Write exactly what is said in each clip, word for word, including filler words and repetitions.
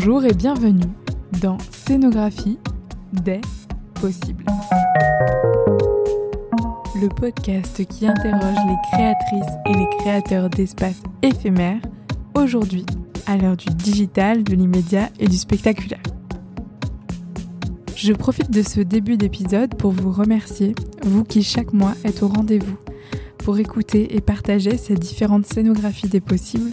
Bonjour et bienvenue dans Scénographie des possibles. Le podcast qui interroge les créatrices et les créateurs d'espaces éphémères, aujourd'hui à l'heure du digital, de l'immédiat et du spectaculaire. Je profite de ce début d'épisode pour vous remercier, vous qui chaque mois êtes au rendez-vous, pour écouter et partager ces différentes scénographies des possibles.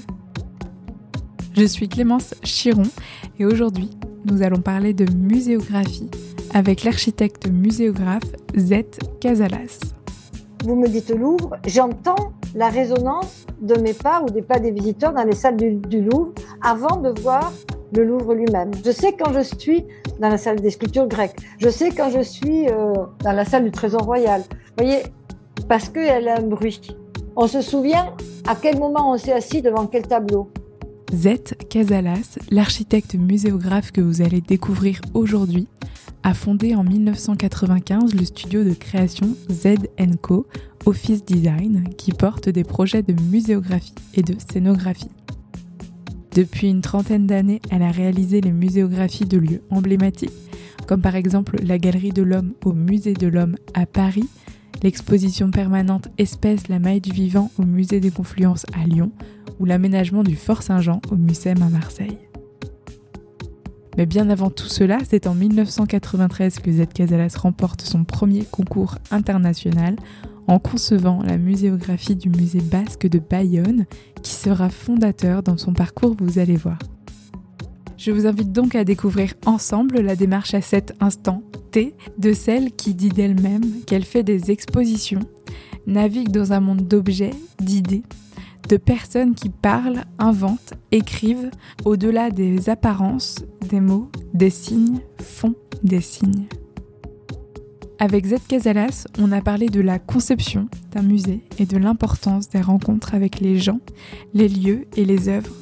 Je suis Clémence Chiron et aujourd'hui, nous allons parler de muséographie avec l'architecte muséographe Zette Casalas. Vous me dites Louvre, j'entends la résonance de mes pas ou des pas des visiteurs dans les salles du, du Louvre avant de voir le Louvre lui-même. Je sais quand je suis dans la salle des sculptures grecques, je sais quand je suis euh, dans la salle du Trésor Royal. Vous voyez, parce qu'elle a un bruit. On se souvient à quel moment on s'est assis devant quel tableau. Zette Casalas, l'architecte muséographe que vous allez découvrir aujourd'hui, a fondé en dix-neuf cent quatre-vingt-quinze le studio de création Z and Co, Office Design, qui porte des projets de muséographie et de scénographie. Depuis une trentaine d'années, elle a réalisé les muséographies de lieux emblématiques, comme par exemple la Galerie de l'Homme au Musée de l'Homme à Paris, l'exposition permanente Espèces, la maille du vivant au Musée des Confluences à Lyon, ou l'aménagement du Fort Saint-Jean au Mucem à Marseille. Mais bien avant tout cela, c'est en dix-neuf cent quatre-vingt-treize que Zette Casalas remporte son premier concours international en concevant la muséographie du musée basque de Bayonne, qui sera fondateur dans son parcours, vous allez voir. Je vous invite donc à découvrir ensemble la démarche à cet instant T de celle qui dit d'elle-même qu'elle fait des expositions, navigue dans un monde d'objets, d'idées, de personnes qui parlent, inventent, écrivent, au-delà des apparences, des mots, des signes, font des signes. Avec Zette Casalas, on a parlé de la conception d'un musée et de l'importance des rencontres avec les gens, les lieux et les œuvres.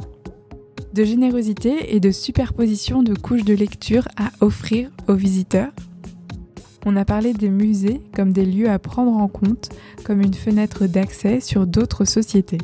De générosité et de superposition de couches de lecture à offrir aux visiteurs. On a parlé des musées comme des lieux à prendre en compte, comme une fenêtre d'accès sur d'autres sociétés.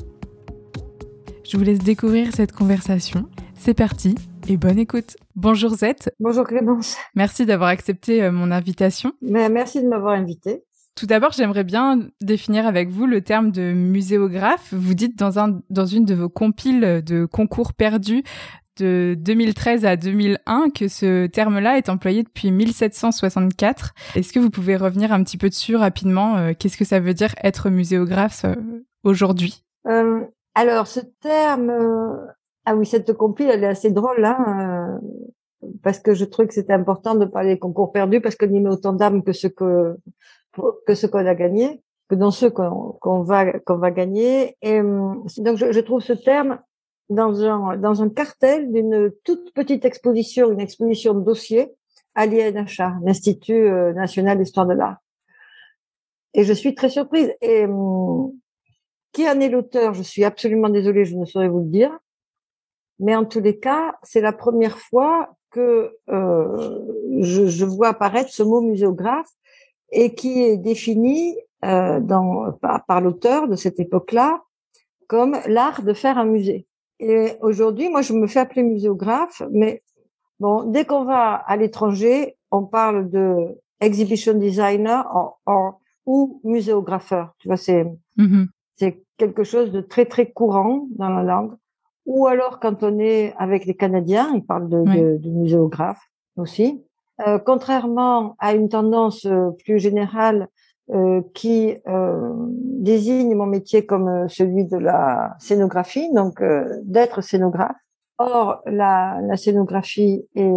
Je vous laisse découvrir cette conversation. C'est parti et bonne écoute. Bonjour Zette. Bonjour Clémence. Merci d'avoir accepté mon invitation. Mais merci de m'avoir invitée. Tout d'abord, j'aimerais bien définir avec vous le terme de muséographe. Vous dites dans, un, dans une de vos compiles de concours perdus de deux mille treize à deux mille un que ce terme-là est employé depuis mille sept cent soixante-quatre. Est-ce que vous pouvez revenir un petit peu dessus rapidement euh, Qu'est-ce que ça veut dire être muséographe euh, aujourd'hui euh, Alors, ce terme... Euh... Ah oui, cette compile, elle est assez drôle, hein, euh, parce que je trouvais que c'était important de parler des concours perdus, parce qu'on y met autant d'âme que ce que que ce qu'on a gagné, que dans ceux qu'on, qu'on va qu'on va gagner. Et donc, je, je trouve ce terme dans un dans un cartel d'une toute petite exposition, une exposition de dossier à l'I N H A, l'Institut national d'histoire de l'art. Et je suis très surprise. Et hum, qui en est l'auteur? Je suis absolument désolée, je ne saurais vous le dire. Mais en tous les cas, c'est la première fois que euh, je, je vois apparaître ce mot muséographe et qui est défini euh, dans, par, par l'auteur de cette époque-là comme l'art de faire un musée. Et aujourd'hui, moi, je me fais appeler muséographe, mais bon, dès qu'on va à l'étranger, on parle de exhibition designer en, en, ou muséographeur. Tu vois, c'est mm-hmm. c'est quelque chose de très très courant dans la langue. Ou alors, quand on est avec les Canadiens, ils parlent de, oui. de, de muséographe aussi. Euh, contrairement à une tendance euh, plus générale euh, qui euh, désigne mon métier comme euh, celui de la scénographie, donc euh, d'être scénographe. Or, la, la scénographie et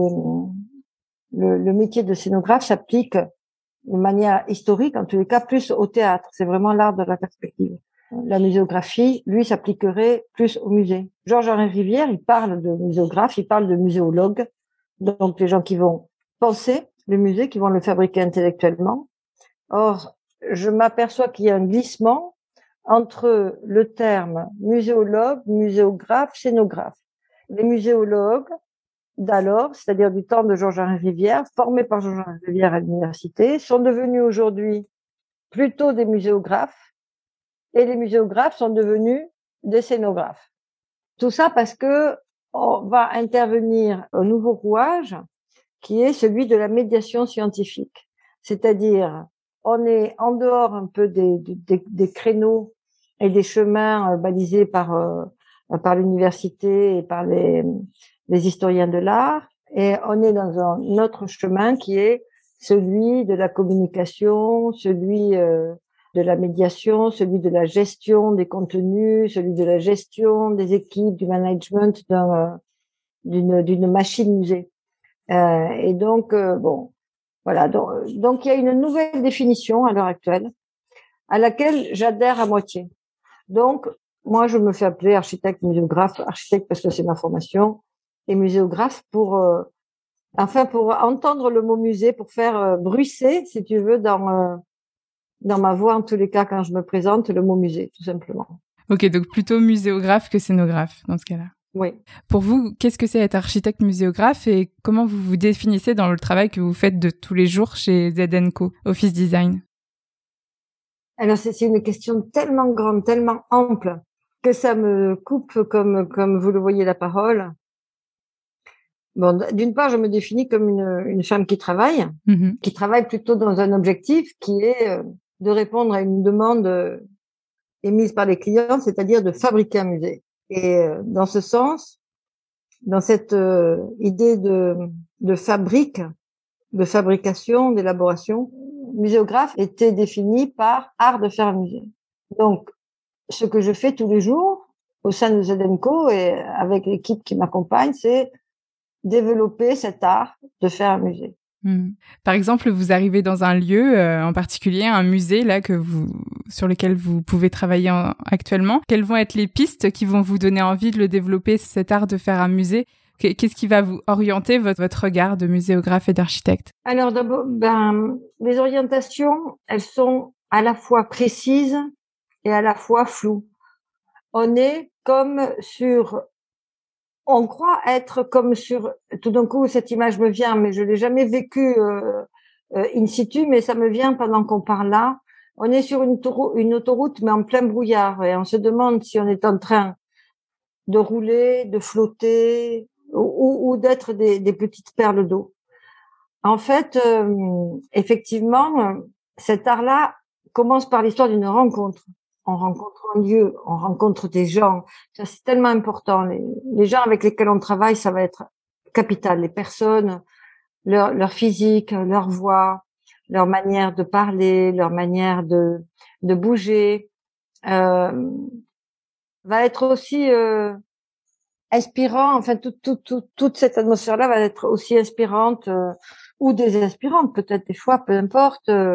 le, le métier de scénographe s'applique de manière historique, en tous les cas, plus au théâtre. C'est vraiment l'art de la perspective. La muséographie, lui, s'appliquerait plus au musée. Georges-Henri Rivière, il parle de muséographe, il parle de muséologue, donc les gens qui vont penser le musée, qui vont le fabriquer intellectuellement. Or, je m'aperçois qu'il y a un glissement entre le terme muséologue, muséographe, scénographe. Les muséologues d'alors, c'est-à-dire du temps de Georges-Henri Rivière, formés par Georges-Henri Rivière à l'université, sont devenus aujourd'hui plutôt des muséographes. Et les muséographes sont devenus des scénographes. Tout ça parce que on va intervenir au nouveau rouage qui est celui de la médiation scientifique. C'est-à-dire, on est en dehors un peu des, des, des créneaux et des chemins balisés par, euh, par l'université et par les, les historiens de l'art, et on est dans un autre chemin qui est celui de la communication, celui euh, de la médiation, celui de la gestion des contenus, celui de la gestion des équipes, du management d'un, d'une, d'une machine musée. Euh, et donc, euh, bon, voilà. Donc, donc, il y a une nouvelle définition à l'heure actuelle à laquelle j'adhère à moitié. Donc, moi, je me fais appeler architecte muséographe, architecte parce que c'est ma formation, et muséographe pour, euh, enfin, pour entendre le mot musée, pour faire euh, bruisser, si tu veux, dans euh, dans ma voix, en tous les cas, quand je me présente, le mot musée, tout simplement. Ok, donc plutôt muséographe que scénographe dans ce cas-là. Oui. Pour vous, qu'est-ce que c'est être architecte muséographe et comment vous vous définissez dans le travail que vous faites de tous les jours chez Z and Co, Office Design? Alors, c'est, c'est une question tellement grande, tellement ample, que ça me coupe, comme, comme vous le voyez, la parole. Bon, d'une part, je me définis comme une, une femme qui travaille, mmh. qui travaille plutôt dans un objectif qui est euh, de répondre à une demande euh, émise par les clients, c'est-à-dire de fabriquer un musée. Et euh, dans ce sens, dans cette euh, idée de, de fabrique, de fabrication, d'élaboration, muséographe était défini par art de faire un musée. Donc, ce que je fais tous les jours au sein de Z and Co et avec l'équipe qui m'accompagne, c'est développer cet art de faire un musée. Mmh. Par exemple, vous arrivez dans un lieu euh, en particulier, un musée là que vous sur lequel vous pouvez travailler en, actuellement. Quelles vont être les pistes qui vont vous donner envie de le développer, cet art de faire un musée? Qu'est-ce qui va vous orienter votre, votre regard de muséographe et d'architecte? Alors d'abord, ben, les orientations, elles sont à la fois précises et à la fois floues. On est comme sur, on croit être comme sur, tout d'un coup cette image me vient, mais je l'ai jamais vécue euh, euh, in situ, mais ça me vient pendant qu'on parle là. On est sur une, tour- une autoroute, mais en plein brouillard, et on se demande si on est en train de rouler, de flotter, ou, ou d'être des, des petites perles d'eau. En fait, euh, effectivement, cet art-là commence par l'histoire d'une rencontre. On rencontre un lieu, on rencontre des gens. Ça, c'est tellement important. Les, les gens avec lesquels on travaille, ça va être capital. Les personnes, leur, leur physique, leur voix, leur manière de parler, leur manière de, de bouger, euh, va être aussi euh, inspirant. Enfin, tout, tout, tout, toute cette atmosphère-là va être aussi inspirante. Euh, ou désinspirante peut-être des fois, peu importe, euh,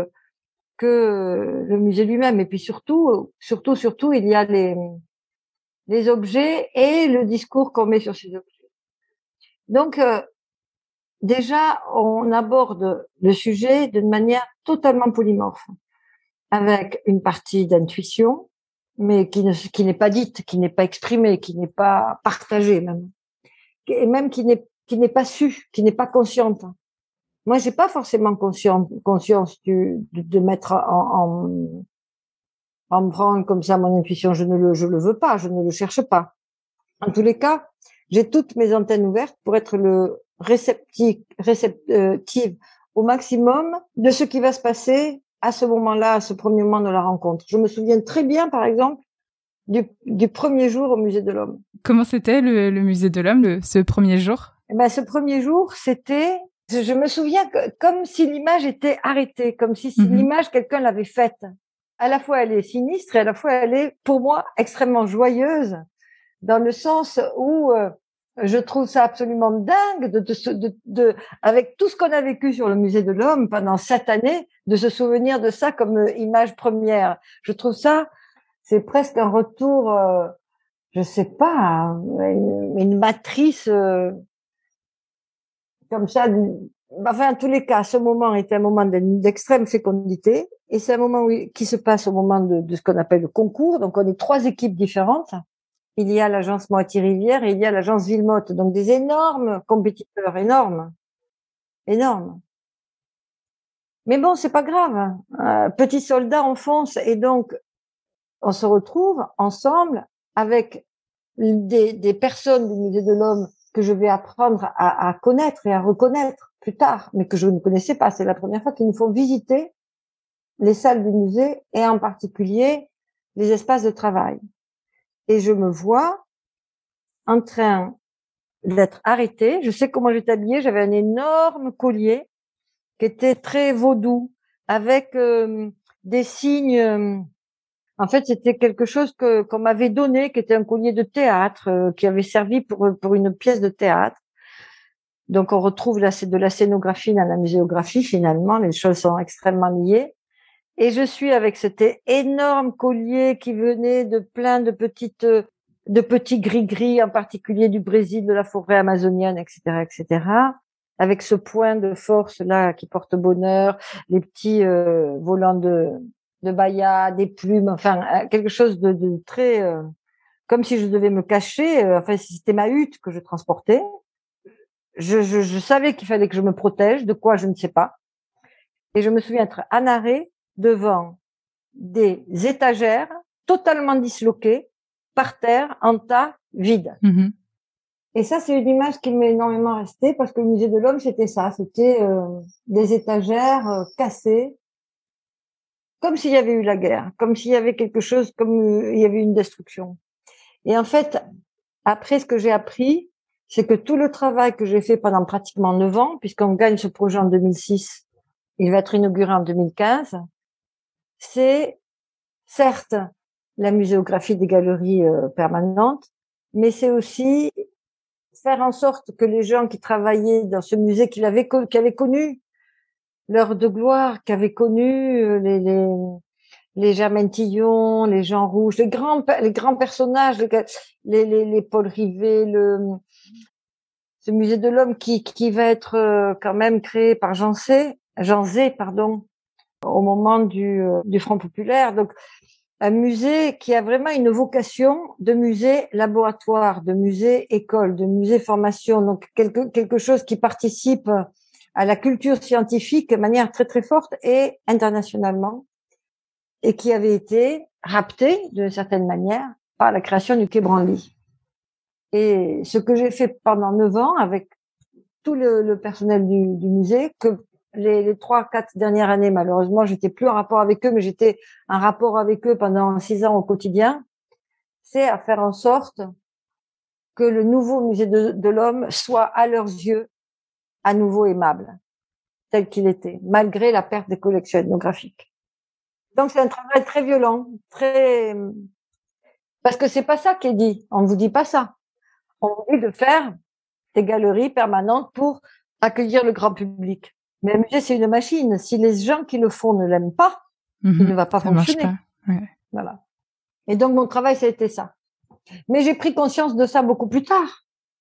que le musée lui-même. Et puis surtout, surtout, surtout, il y a les, les objets et le discours qu'on met sur ces objets. Donc, euh, déjà, on aborde le sujet d'une manière totalement polymorphe, avec une partie d'intuition, mais qui ne, qui n'est pas dite, qui n'est pas exprimée, qui n'est pas partagée même, et même qui n'est, qui n'est pas su, qui n'est pas consciente. Moi, j'ai pas forcément conscience, conscience du, de, de mettre en, en, en branle comme ça mon intuition. Je ne le, je le veux pas, je ne le cherche pas. En tous les cas, j'ai toutes mes antennes ouvertes pour être le réceptif, réceptive au maximum de ce qui va se passer à ce moment-là, à ce premier moment de la rencontre. Je me souviens très bien, par exemple, du, du premier jour au Musée de l'Homme. Comment c'était le, le Musée de l'Homme, le, ce premier jour? Eh ben, ce premier jour, c'était, je me souviens que, comme si l'image était arrêtée, comme si, si mm-hmm. l'image, quelqu'un l'avait faite. À la fois, elle est sinistre et à la fois, elle est, pour moi, extrêmement joyeuse, dans le sens où euh, je trouve ça absolument dingue de, de, de, de, avec tout ce qu'on a vécu sur le Musée de l'Homme pendant sept années, de se souvenir de ça comme euh, image première. Je trouve ça, c'est presque un retour, euh, je sais pas, une, une matrice euh, comme ça. Enfin, en tous les cas, ce moment est un moment d'extrême fécondité et c'est un moment où, qui se passe au moment de, de ce qu'on appelle le concours. Donc, on est trois équipes différentes. Il y a l'agence Moitié-Rivière et il y a l'agence Villemotte. Donc, des énormes compétiteurs, énormes, énormes. Mais bon, c'est pas grave. Euh, petit soldat, on fonce et donc, on se retrouve ensemble avec des, des personnes du musée de l'Homme que je vais apprendre à, à connaître et à reconnaître plus tard, mais que je ne connaissais pas. C'est la première fois qu'ils nous font visiter les salles du musée et en particulier les espaces de travail. Et je me vois en train d'être arrêtée. Je sais comment j'étais habillée. J'avais un énorme collier qui était très vaudou avec euh, des signes. Euh, en fait, c'était quelque chose que qu'on m'avait donné, qui était un collier de théâtre, euh, qui avait servi pour pour une pièce de théâtre. Donc, on retrouve là, c'est de la scénographie dans la muséographie. Finalement, les choses sont extrêmement liées. Et je suis avec cet énorme collier qui venait de plein de petites, de petits gris-gris, en particulier du Brésil, de la forêt amazonienne, et cetera, et cetera. Avec ce point de force là qui porte bonheur, les petits euh, volants de de baya, des plumes, enfin quelque chose de, de très, euh, comme si je devais me cacher. Euh, enfin, si c'était ma hutte que je transportais. Je, je, je savais qu'il fallait que je me protège, de quoi je ne sais pas. Et je me souviens être en arrêt devant des étagères totalement disloquées, par terre, en tas, vides. Mmh. Et ça, c'est une image qui m'est énormément restée parce que le musée de l'Homme, c'était ça. C'était euh, des étagères euh, cassées, comme s'il y avait eu la guerre, comme s'il y avait quelque chose, comme euh, il y avait une destruction. Et en fait, après, ce que j'ai appris, c'est que tout le travail que j'ai fait pendant pratiquement neuf ans, puisqu'on gagne ce projet en deux mille six, il va être inauguré en deux mille quinze, c'est certes la muséographie des galeries euh, permanentes, mais c'est aussi faire en sorte que les gens qui travaillaient dans ce musée, qui avaient, qui avaient connu l'heure de gloire, qui avaient connu euh, les, les, les Germaine Tillon, les Jean Rouge, les grands, les grands personnages, les, les, les Paul Rivet, le, ce musée de l'Homme qui, qui va être euh, quand même créé par Jean Zay, Jean Zay, pardon, au moment du, euh, du Front populaire. Donc, un musée qui a vraiment une vocation de musée laboratoire, de musée école, de musée formation, donc quelque, quelque chose qui participe à la culture scientifique de manière très très forte et internationalement, et qui avait été rapté d'une certaine manière par la création du Quai Branly. Et ce que j'ai fait pendant neuf ans avec tout le, le personnel du, du musée, que les, les trois, quatre dernières années, malheureusement, j'étais plus en rapport avec eux, mais j'étais en rapport avec eux pendant six ans au quotidien, c'est à faire en sorte que le nouveau musée de, de l'Homme soit, à leurs yeux, à nouveau aimable, tel qu'il était, malgré la perte des collections ethnographiques. Donc c'est un travail très violent, très, parce que c'est pas ça qui est dit. On vous dit pas ça. On vous dit de faire des galeries permanentes pour accueillir le grand public. Mais un musée, c'est une machine. Si les gens qui le font ne l'aiment pas, mmh, il ne va pas ça fonctionner. Marche pas. Ouais. Voilà. Et donc, mon travail, ça a été ça. Mais j'ai pris conscience de ça beaucoup plus tard.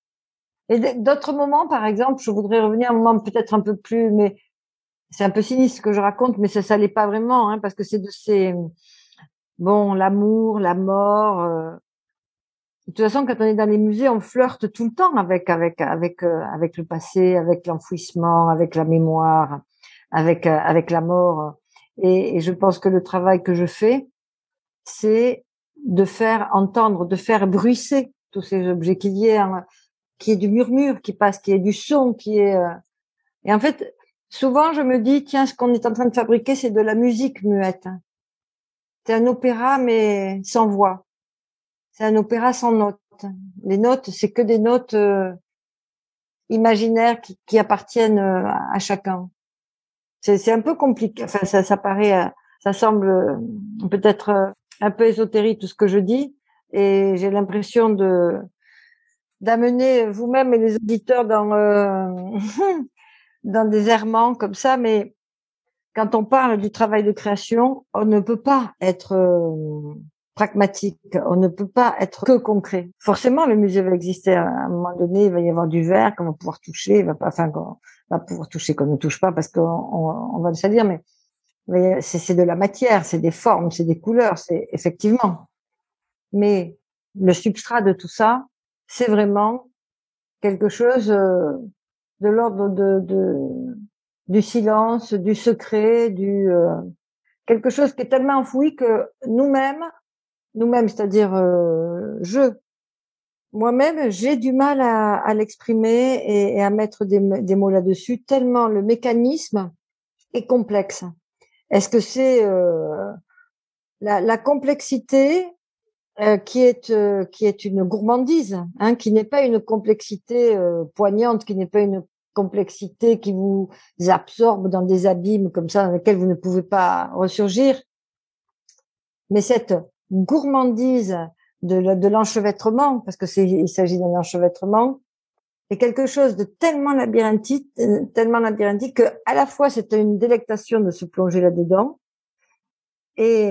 Et d'autres moments, par exemple, je voudrais revenir à un moment peut-être un peu plus, mais c'est un peu sinistre ce que je raconte, mais ça, ça l'est pas vraiment, hein, parce que c'est de ces, bon, l'amour, la mort, euh, de toute façon, quand on est dans les musées, on flirte tout le temps avec avec avec euh, avec le passé, avec l'enfouissement, avec la mémoire, avec euh, avec la mort. Et, et je pense que le travail que je fais, c'est de faire entendre, de faire bruisser tous ces objets, qu'il y ait un, qu'il y ait du murmure qui passe, qu'il y ait du son, qui est. Euh... Et en fait, souvent, je me dis, tiens, ce qu'on est en train de fabriquer, c'est de la musique muette. C'est un opéra mais sans voix. C'est un opéra sans notes. Les notes, c'est que des notes euh, imaginaires qui, qui appartiennent euh, à chacun. C'est, c'est un peu compliqué. Enfin, ça, ça paraît, euh, ça semble euh, peut-être euh, un peu ésotérique tout ce que je dis, et j'ai l'impression de d'amener vous-même et les auditeurs dans euh, dans des errements comme ça. Mais quand on parle du travail de création, on ne peut pas être euh, pragmatique. On ne peut pas être que concret. Forcément, le musée va exister à un moment donné. Il va y avoir du verre qu'on va pouvoir toucher. Il va pas, enfin, qu'on va pouvoir toucher, qu'on ne touche pas parce qu'on on, on va le salir. Mais, mais c'est, c'est de la matière, c'est des formes, c'est des couleurs, c'est effectivement. Mais le substrat de tout ça, c'est vraiment quelque chose euh, de l'ordre de, de du silence, du secret, du euh, quelque chose qui est tellement enfoui que nous-mêmes, nous-mêmes, c'est-à-dire euh, je, moi-même, j'ai du mal à, à l'exprimer et, et à mettre des, des mots là-dessus, tellement le mécanisme est complexe. Est-ce que c'est euh, la, la complexité euh, qui est euh, qui est une gourmandise, hein, qui n'est pas une complexité euh, poignante, qui n'est pas une complexité qui vous absorbe dans des abîmes comme ça dans lesquels vous ne pouvez pas ressurgir, mais cette gourmandise de, de l'enchevêtrement, parce que c'est il s'agit d'un enchevêtrement, est quelque chose de tellement labyrinthique, tellement labyrinthique que à la fois c'est une délectation de se plonger là-dedans et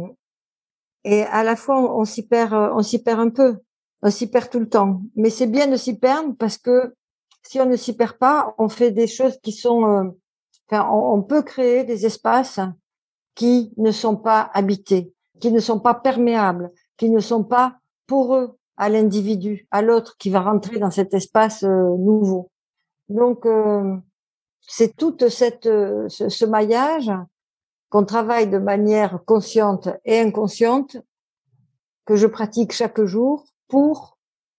et à la fois on, on s'y perd, on s'y perd un peu, on s'y perd tout le temps. Mais c'est bien de s'y perdre parce que si on ne s'y perd pas, on fait des choses qui sont, euh, enfin, on, on peut créer des espaces qui ne sont pas habités, qui ne sont pas perméables, qui ne sont pas poreux à l'individu, à l'autre qui va rentrer dans cet espace euh, nouveau. Donc, euh, c'est toute cette euh, ce, ce maillage qu'on travaille de manière consciente et inconsciente, que je pratique chaque jour pour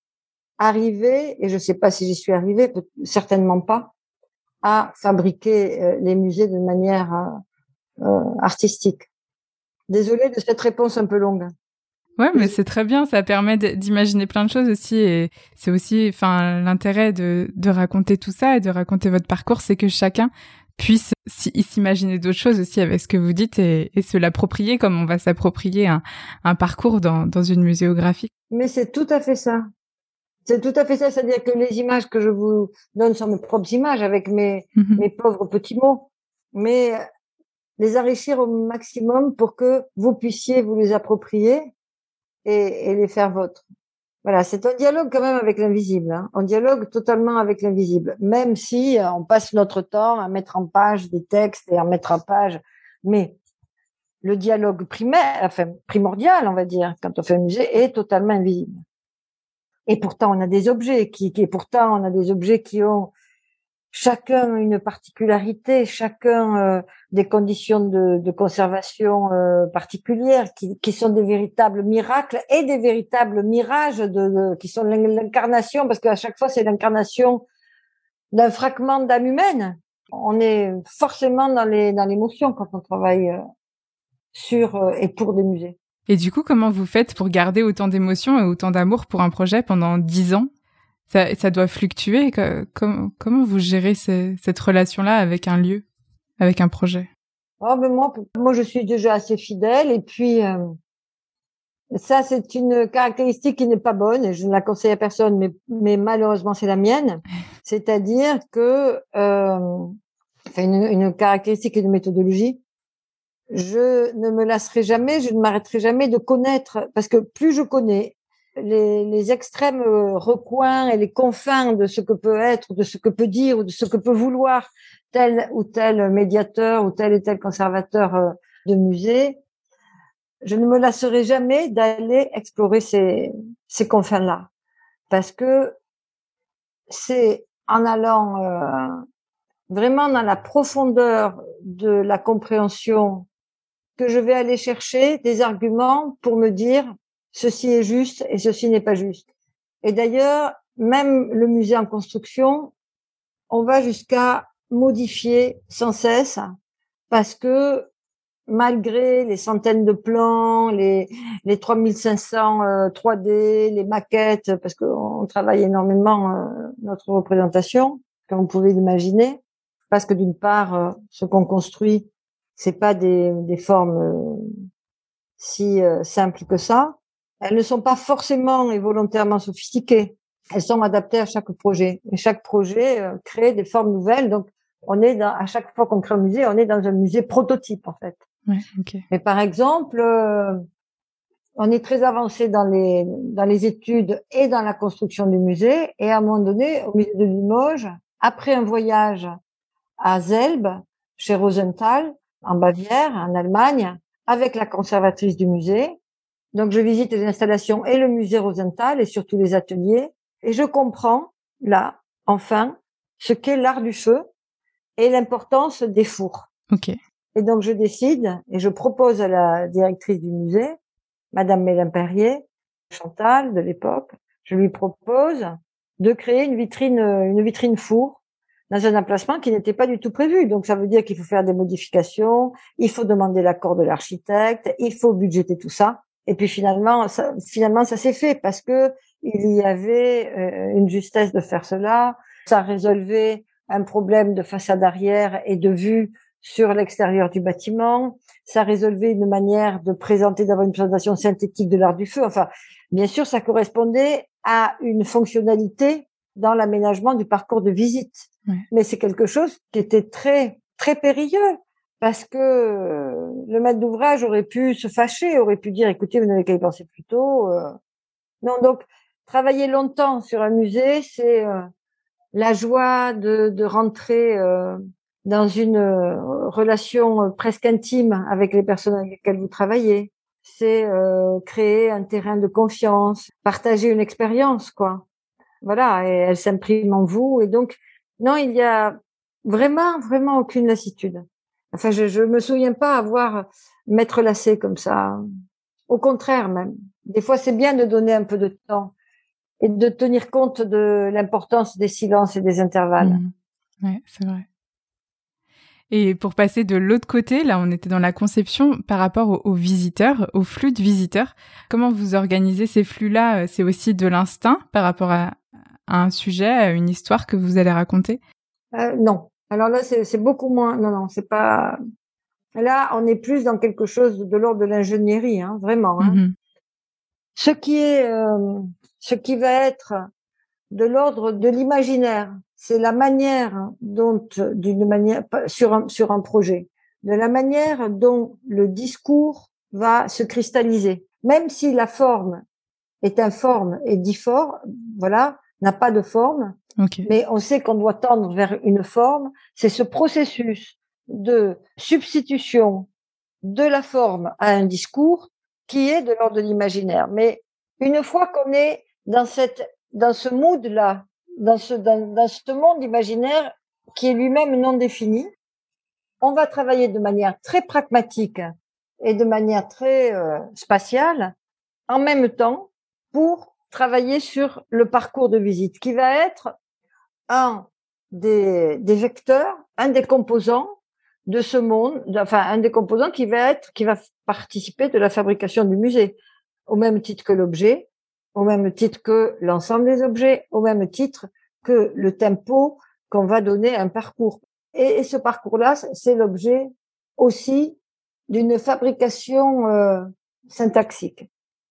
arriver, et je ne sais pas si j'y suis arrivée, certainement pas, à fabriquer euh, les musées de manière euh, euh, artistique. Désolée de cette réponse un peu longue. Ouais, mais c'est très bien, ça permet d'imaginer plein de choses aussi, et c'est aussi, enfin, l'intérêt de, de raconter tout ça et de raconter votre parcours, c'est que chacun puisse s'imaginer d'autres choses aussi avec ce que vous dites et, et se l'approprier comme on va s'approprier un, un parcours dans, dans une muséographie. Mais c'est tout à fait ça. C'est tout à fait ça, c'est-à-dire que les images que je vous donne sont mes propres images avec mes, mmh. mes pauvres petits mots, mais les enrichir au maximum pour que vous puissiez vous les approprier et, et les faire vôtres. Voilà, c'est un dialogue quand même avec l'invisible, hein. On dialogue totalement avec l'invisible, même si on passe notre temps à mettre en page des textes et à mettre en page, mais le dialogue primaire, enfin primordial, on va dire, quand on fait un musée, est totalement invisible. Et pourtant, on a des objets qui, qui, pourtant, on a des objets qui ont chacun une particularité, chacun euh, des conditions de, de conservation euh, particulières, qui, qui sont des véritables miracles et des véritables mirages, de, de qui sont l'incarnation, parce qu'à chaque fois, c'est l'incarnation d'un fragment d'âme humaine. On est forcément dans les dans l'émotion quand on travaille euh, sur euh, et pour des musées. Et du coup, comment vous faites pour garder autant d'émotions et autant d'amour pour un projet pendant dix ans ? Ça, ça doit fluctuer. Comment, comment vous gérez ces, cette relation-là avec un lieu, avec un projet ? Oh, mais moi, moi, je suis déjà assez fidèle. Et puis, euh, ça, c'est une caractéristique qui n'est pas bonne. Et je ne la conseille à personne, mais, mais malheureusement, c'est la mienne. C'est-à-dire que, euh, enfin, une, une caractéristique et une méthodologie. Je ne me lasserai jamais, je ne m'arrêterai jamais de connaître, parce que plus je connais les, les extrêmes recoins et les confins de ce que peut être, de ce que peut dire ou de ce que peut vouloir tel ou tel médiateur ou tel et tel conservateur de musée, je ne me lasserai jamais d'aller explorer ces, ces confins-là, parce que c'est en allant euh, vraiment dans la profondeur de la compréhension que je vais aller chercher des arguments pour me dire ceci est juste et ceci n'est pas juste. Et d'ailleurs, même le musée en construction, on va jusqu'à modifier sans cesse parce que malgré les centaines de plans, les, les trois mille cinq cents euh, trois D, les maquettes, parce qu'on travaille énormément euh, notre représentation, comme vous pouvez l'imaginer, parce que d'une part, euh, ce qu'on construit, c'est pas des, des formes euh, si euh, simples que ça. Elles ne sont pas forcément et volontairement sophistiquées. Elles sont adaptées à chaque projet. Et chaque projet euh, crée des formes nouvelles. Donc, on est dans, à chaque fois qu'on crée un musée, on est dans un musée prototype, en fait. Ouais, okay. Mais par exemple, euh, on est très avancé dans les, dans les études et dans la construction du musée. Et à un moment donné, au musée de Limoges, après un voyage à Zelb, chez Rosenthal, en Bavière, en Allemagne, avec la conservatrice du musée. Donc, je visite les installations et le musée Rosenthal et surtout les ateliers. Et je comprends, là, enfin, ce qu'est l'art du feu et l'importance des fours. Okay. Et donc, je décide et je propose à la directrice du musée, Madame Mélin-Perrier, Chantal de l'époque, je lui propose de créer une vitrine, une vitrine four dans un emplacement qui n'était pas du tout prévu. Donc, ça veut dire qu'il faut faire des modifications, il faut demander l'accord de l'architecte, il faut budgéter tout ça. Et puis finalement, ça, finalement, ça s'est fait parce que il y avait euh, une justesse de faire cela. Ça résolvait un problème de façade arrière et de vue sur l'extérieur du bâtiment. Ça résolvait une manière de présenter, d'avoir une présentation synthétique de l'art du feu. Enfin, bien sûr, ça correspondait à une fonctionnalité dans l'aménagement du parcours de visite. Ouais. Mais c'est quelque chose qui était très, très périlleux parce que le maître d'ouvrage aurait pu se fâcher, aurait pu dire, écoutez, vous n'avez qu'à y penser plus tôt. Non, donc, travailler longtemps sur un musée, c'est euh, la joie de, de rentrer euh, dans une euh, relation presque intime avec les personnes avec lesquelles vous travaillez. C'est euh, créer un terrain de confiance, partager une expérience, quoi. Voilà, et elle s'imprime en vous. Et donc, non, il y a vraiment, vraiment aucune lassitude. Enfin, je, je me souviens pas avoir m'être lassée comme ça. Au contraire, même. Des fois, c'est bien de donner un peu de temps et de tenir compte de l'importance des silences et des intervalles. Mmh. Ouais, c'est vrai. Et pour passer de l'autre côté, là, on était dans la conception par rapport aux, aux visiteurs, aux flux de visiteurs. Comment vous organisez ces flux-là? C'est aussi de l'instinct par rapport à, à un sujet, à une histoire que vous allez raconter? Euh, non. Alors là, c'est, c'est beaucoup moins. Non, non, c'est pas. Là, on est plus dans quelque chose de l'ordre de l'ingénierie, hein, vraiment. Hein. Mmh. Ce qui est, euh, ce qui va être de l'ordre de l'imaginaire, c'est la manière dont, d'une manière, sur un, sur un projet, de la manière dont le discours va se cristalliser. Même si la forme est informe et difforme, voilà, n'a pas de forme, Okay. mais on sait qu'on doit tendre vers une forme. C'est ce processus de substitution de la forme à un discours qui est de l'ordre de l'imaginaire. Mais une fois qu'on est dans cette, dans ce mood-là, dans ce, dans, dans ce monde imaginaire qui est lui-même non défini, on va travailler de manière très pragmatique et de manière très euh, spatiale, en même temps, pour travailler sur le parcours de visite, qui va être un des, des vecteurs, un des composants de ce monde, enfin un des composants qui va être, qui va participer de la fabrication du musée, au même titre que l'objet, au même titre que l'ensemble des objets, au même titre que le tempo qu'on va donner à un parcours. Et, et ce parcours-là, c'est l'objet aussi d'une fabrication euh, syntaxique.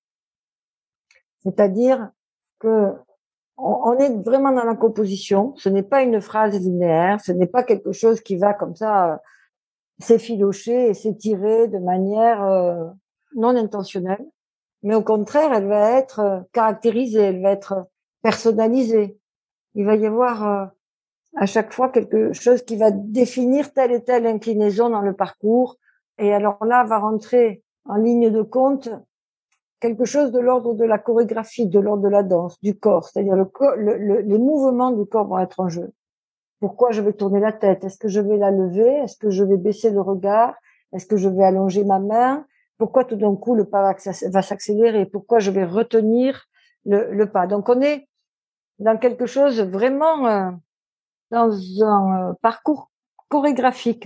C'est-à-dire que on est vraiment dans la composition. Ce n'est pas une phrase linéaire. Ce n'est pas quelque chose qui va comme ça euh, s'effilocher et s'étirer de manière euh, non intentionnelle. Mais au contraire, elle va être euh, caractérisée, elle va être personnalisée. Il va y avoir euh, à chaque fois quelque chose qui va définir telle et telle inclinaison dans le parcours. Et alors là, va rentrer en ligne de compte quelque chose de l'ordre de la chorégraphie, de l'ordre de la danse, du corps. C'est-à-dire le, le, le, les mouvements du corps vont être en jeu. Pourquoi je vais tourner la tête? Est-ce que je vais la lever? Est-ce que je vais baisser le regard? Est-ce que je vais allonger ma main? Pourquoi tout d'un coup le pas va s'accélérer? Pourquoi je vais retenir le, le pas? Donc on est dans quelque chose vraiment euh, dans un euh, parcours chorégraphique.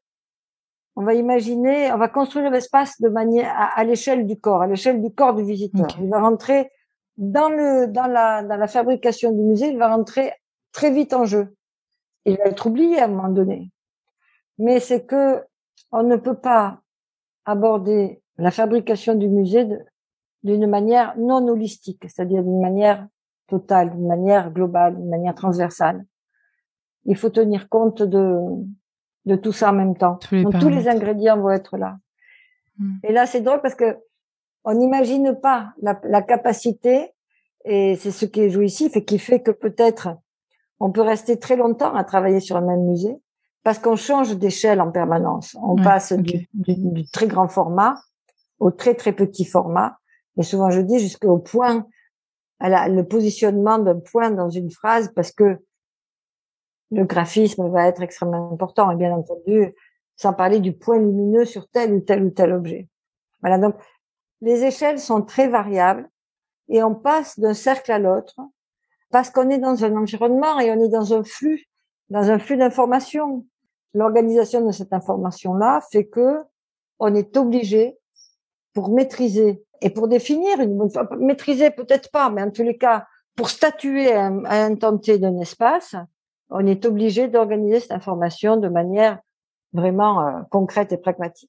On va imaginer, on va construire l'espace de manière à, à l'échelle du corps, à l'échelle du corps du visiteur. Okay. Il va rentrer dans le dans la dans la fabrication du musée, il va rentrer très vite en jeu. Il va être oublié à un moment donné. Mais c'est que on ne peut pas aborder la fabrication du musée d'une manière non holistique, c'est-à-dire d'une manière totale, d'une manière globale, d'une manière transversale. Il faut tenir compte de de tout ça en même temps. Tous les, Donc, tous les ingrédients vont être là. Mmh. Et là, c'est drôle parce que on n'imagine pas la, la capacité, et c'est ce qui est jouissif et qui fait que peut-être on peut rester très longtemps à travailler sur un même musée parce qu'on change d'échelle en permanence. On ouais, passe okay. du, du, du très grand format au très très petit format. Et souvent, je dis jusqu'au point, à la, le positionnement d'un point dans une phrase parce que le graphisme va être extrêmement important et bien entendu, sans parler du point lumineux sur tel ou tel ou tel objet. Voilà, donc les échelles sont très variables et on passe d'un cercle à l'autre parce qu'on est dans un environnement et on est dans un flux, dans un flux d'informations. L'organisation de cette information-là fait que on est obligé, pour maîtriser et pour définir une bonne fois, maîtriser peut-être pas, mais en tous les cas, pour statuer à un, à un temps T d'un espace, on est obligé d'organiser cette information de manière vraiment euh, concrète et pragmatique.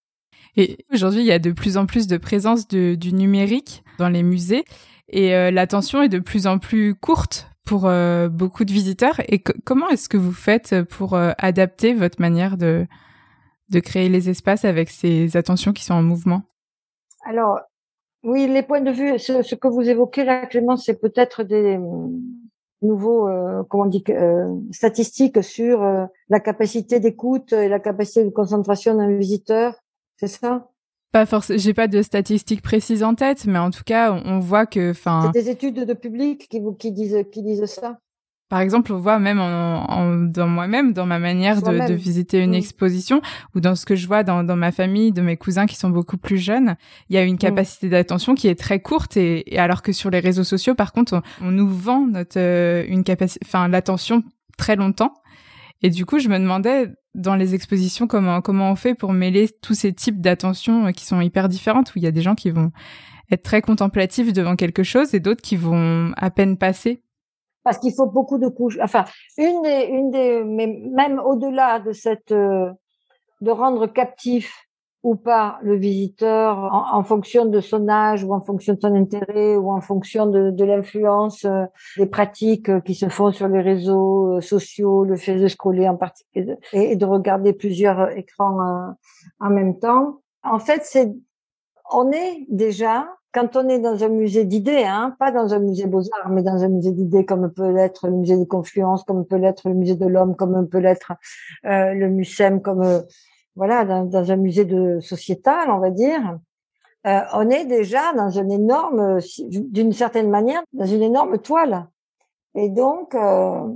Et aujourd'hui, il y a de plus en plus de présence de, du numérique dans les musées et euh, l'attention est de plus en plus courte pour euh, beaucoup de visiteurs. Et c- comment est-ce que vous faites pour euh, adapter votre manière de, de créer les espaces avec ces attentions qui sont en mouvement? Alors, oui, les points de vue, ce, ce que vous évoquez là, Clément, c'est peut-être des euh, nouveaux, euh, comment on dit, euh, statistiques sur euh, la capacité d'écoute et la capacité de concentration d'un visiteur, c'est ça? Pas forcément, j'ai pas de statistiques précises en tête, mais en tout cas, on, on voit que, C'est enfin, des études de public qui vous qui disent qui disent ça. par exemple, on voit même en, en, dans moi-même, dans ma manière de, de Soi-même. visiter une Mm. exposition, ou dans ce que je vois dans, dans ma famille, de mes cousins qui sont beaucoup plus jeunes, il y a une capacité mm. d'attention qui est très courte, et, et alors que sur les réseaux sociaux, par contre, on, on nous vend notre euh, une capacité, enfin l'attention très longtemps. Et du coup, je me demandais dans les expositions comment comment on fait pour mêler tous ces types d'attention qui sont hyper différentes, où il y a des gens qui vont être très contemplatifs devant quelque chose et d'autres qui vont à peine passer. Parce qu'il faut beaucoup de couches. Enfin, une des, une des, mais même au-delà de cette, euh, de rendre captif ou pas le visiteur en, en fonction de son âge ou en fonction de son intérêt ou en fonction de, de l'influence euh, des pratiques euh, qui se font sur les réseaux euh, sociaux, le fait de scroller en particulier et, et de regarder plusieurs écrans euh, en même temps. En fait, c'est, on est déjà, quand on est dans un musée d'idées, hein, pas dans un musée Beaux-Arts, mais dans un musée d'idées comme peut l'être le musée de Confluence, comme peut l'être le musée de l'Homme, comme peut l'être euh, le MUSEM, comme euh, voilà, dans, dans un musée de sociétal, on va dire, euh, on est déjà dans une énorme, d'une certaine manière, dans une énorme toile. Et donc, euh,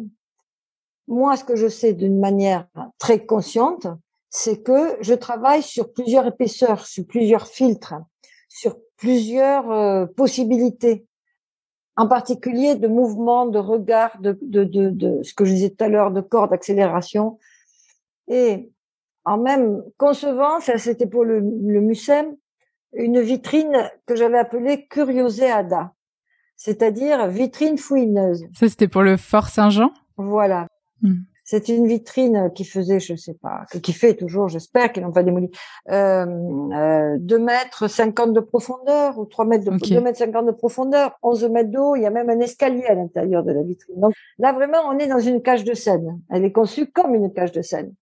moi, ce que je sais d'une manière très consciente, c'est que je travaille sur plusieurs épaisseurs, sur plusieurs filtres, sur plusieurs euh, possibilités, en particulier de mouvements, de regard, de, de, de, de ce que je disais tout à l'heure, de corps, d'accélération. Et en même concevant, ça c'était pour le, le MUSEM, une vitrine que j'avais appelée Curioseada, c'est-à-dire vitrine fouineuse. Ça, c'était pour le Fort Saint-Jean? Voilà. Mm. C'est une vitrine qui faisait, je sais pas, qui fait toujours, j'espère qu'ils n'ont pas démoli, euh, euh, deux mètres cinquante de profondeur ou trois mètres de, okay. deux mètres cinquante de profondeur, onze mètres d'eau, il y a même un escalier à l'intérieur de la vitrine. Donc là, vraiment, on est dans une cage de scène. Elle est conçue comme une cage de scène.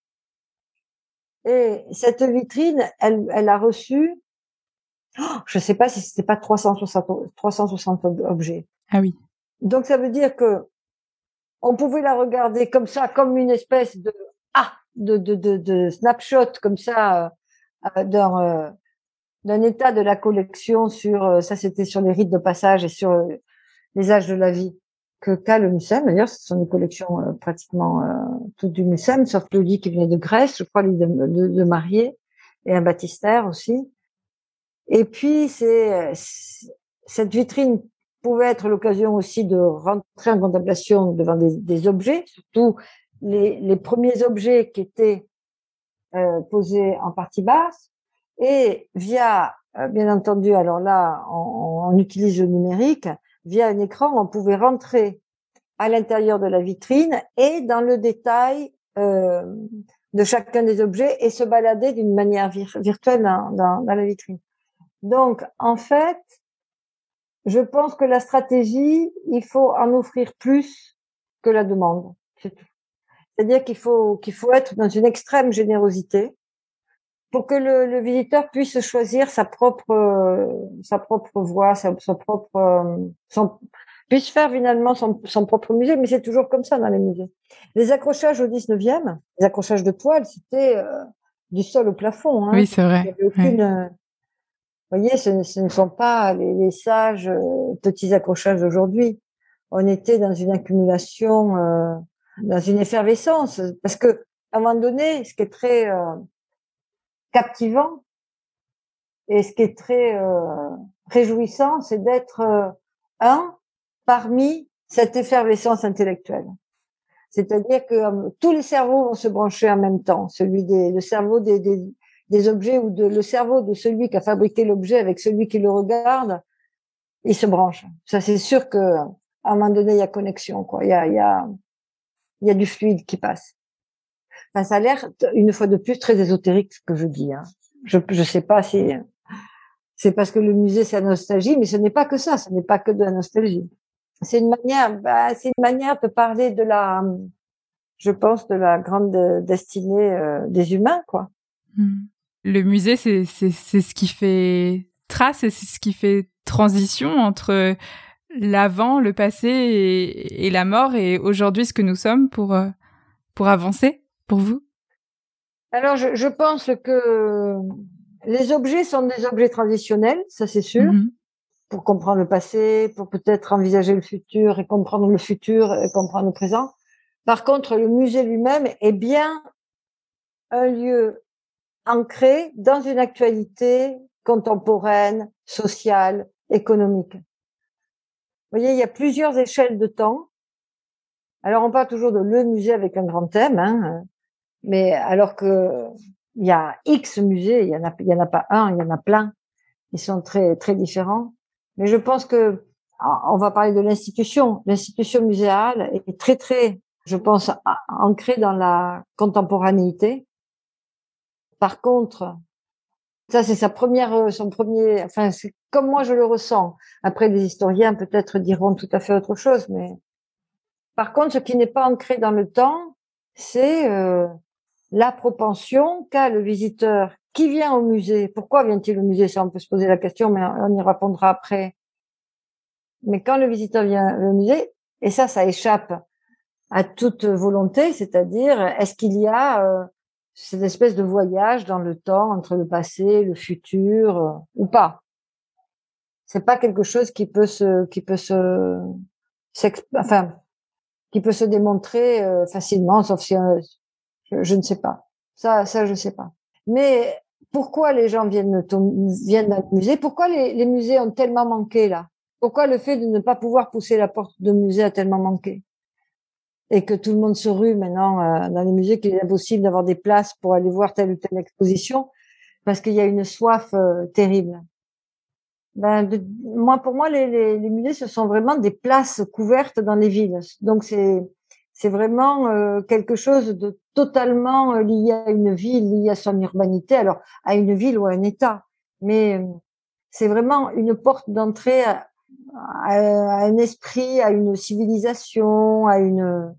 Et cette vitrine, elle, elle a reçu, oh, je sais pas si c'était pas trois cent soixante objets. Ah oui. Donc ça veut dire que on pouvait la regarder comme ça, comme une espèce de ah de de de, de snapshot comme ça euh, d'un euh, d'un état de la collection sur euh, ça c'était sur les rites de passage et sur euh, les âges de la vie que qu'a le MUSEM. D'ailleurs, ce sont des collections euh, pratiquement euh, toutes du MUSEM, sauf le lit qui venait de Grèce, je crois, le lit de, de, de mariée et un baptistère aussi. Et puis c'est cette vitrine pouvait être l'occasion aussi de rentrer en contemplation devant des, des objets, surtout les, les premiers objets qui étaient euh, posés en partie basse, et via, euh, bien entendu, alors là, on, on utilise le numérique, via un écran, on pouvait rentrer à l'intérieur de la vitrine et dans le détail euh, de chacun des objets et se balader d'une manière vir- virtuelle dans, dans, dans la vitrine. Donc, en fait, je pense que la stratégie, il faut en offrir plus que la demande. C'est tout. C'est-à-dire qu'il faut qu'il faut être dans une extrême générosité pour que le, le visiteur puisse choisir sa propre euh, sa propre voie, sa, son propre euh, son, puisse faire finalement son, son propre musée. Mais c'est toujours comme ça dans les musées. Les accrochages au dix-neuvième, les accrochages de toile, c'était euh, du sol au plafond. Hein. Oui, c'est vrai. Il y avait aucune, ouais. Vous voyez, ce, ce ne sont pas les, les sages euh, petits accrochages d'aujourd'hui. On était dans une accumulation, euh, dans une effervescence, parce que à un moment donné, ce qui est très euh, captivant et ce qui est très euh, réjouissant, c'est d'être euh, un parmi cette effervescence intellectuelle. C'est-à-dire que euh, tous les cerveaux vont se brancher en même temps. Celui des, le cerveau des, des, des objets ou de, le cerveau de celui qui a fabriqué l'objet avec celui qui le regarde, il se branche. Ça, c'est sûr que, à un moment donné, il y a connexion, quoi. Il y a, il y a, il y a du fluide qui passe. Enfin, ça a l'air, une fois de plus, très ésotérique, ce que je dis, hein. Je, je sais pas si c'est parce que le musée, c'est la nostalgie, mais ce n'est pas que ça. Ce n'est pas que de la nostalgie. C'est une manière, bah, c'est une manière de parler de la, je pense, de la grande destinée euh, des humains, quoi. Le musée, c'est, c'est, c'est ce qui fait trace et c'est ce qui fait transition entre l'avant, le passé et, et la mort et aujourd'hui ce que nous sommes pour, pour avancer, pour vous? Alors, je, je pense que les objets sont des objets transitionnels, ça c'est sûr, mm-hmm. pour comprendre le passé, pour peut-être envisager le futur et comprendre le futur et comprendre le présent. Par contre, le musée lui-même est bien un lieu ancré dans une actualité contemporaine, sociale, économique. Vous voyez, il y a plusieurs échelles de temps. Alors, on parle toujours de le musée avec un grand thème, hein, mais alors que il y a X musées, il y en a, il y en a pas un, il y en a plein. Ils sont très, très différents. Mais je pense que, on va parler de l'institution. L'institution muséale est très, très, je pense, ancrée dans la contemporanéité. Par contre, ça, c'est sa première, son premier, enfin, c'est comme moi je le ressens. Après, les historiens peut-être diront tout à fait autre chose, mais par contre, ce qui n'est pas ancré dans le temps, c'est euh, la propension qu'a le visiteur qui vient au musée. Pourquoi vient-il au musée? Ça, on peut se poser la question, mais on y répondra après. Mais quand le visiteur vient au musée, et ça, ça échappe à toute volonté, c'est-à-dire, est-ce qu'il y a euh, cette espèce de voyage dans le temps entre le passé, le futur, euh, ou pas? C'est pas quelque chose qui peut se, qui peut se, enfin, qui peut se démontrer euh, facilement, sauf si euh, je, je ne sais pas. Ça, ça, je sais pas. Mais pourquoi les gens viennent, viennent dans le musée? Pourquoi les, les musées ont tellement manqué là? Pourquoi le fait de ne pas pouvoir pousser la porte de musée a tellement manqué? Et que tout le monde se rue maintenant euh, dans les musées, qu'il est impossible d'avoir des places pour aller voir telle ou telle exposition, parce qu'il y a une soif euh, terrible. Ben, de, moi, pour moi, les, les, les musées, ce sont vraiment des places couvertes dans les villes. Donc, c'est c'est vraiment euh, quelque chose de totalement euh, lié à une ville, lié à son urbanité, alors à une ville ou à un État. Mais euh, c'est vraiment une porte d'entrée à, à, à un esprit, à une civilisation, à une...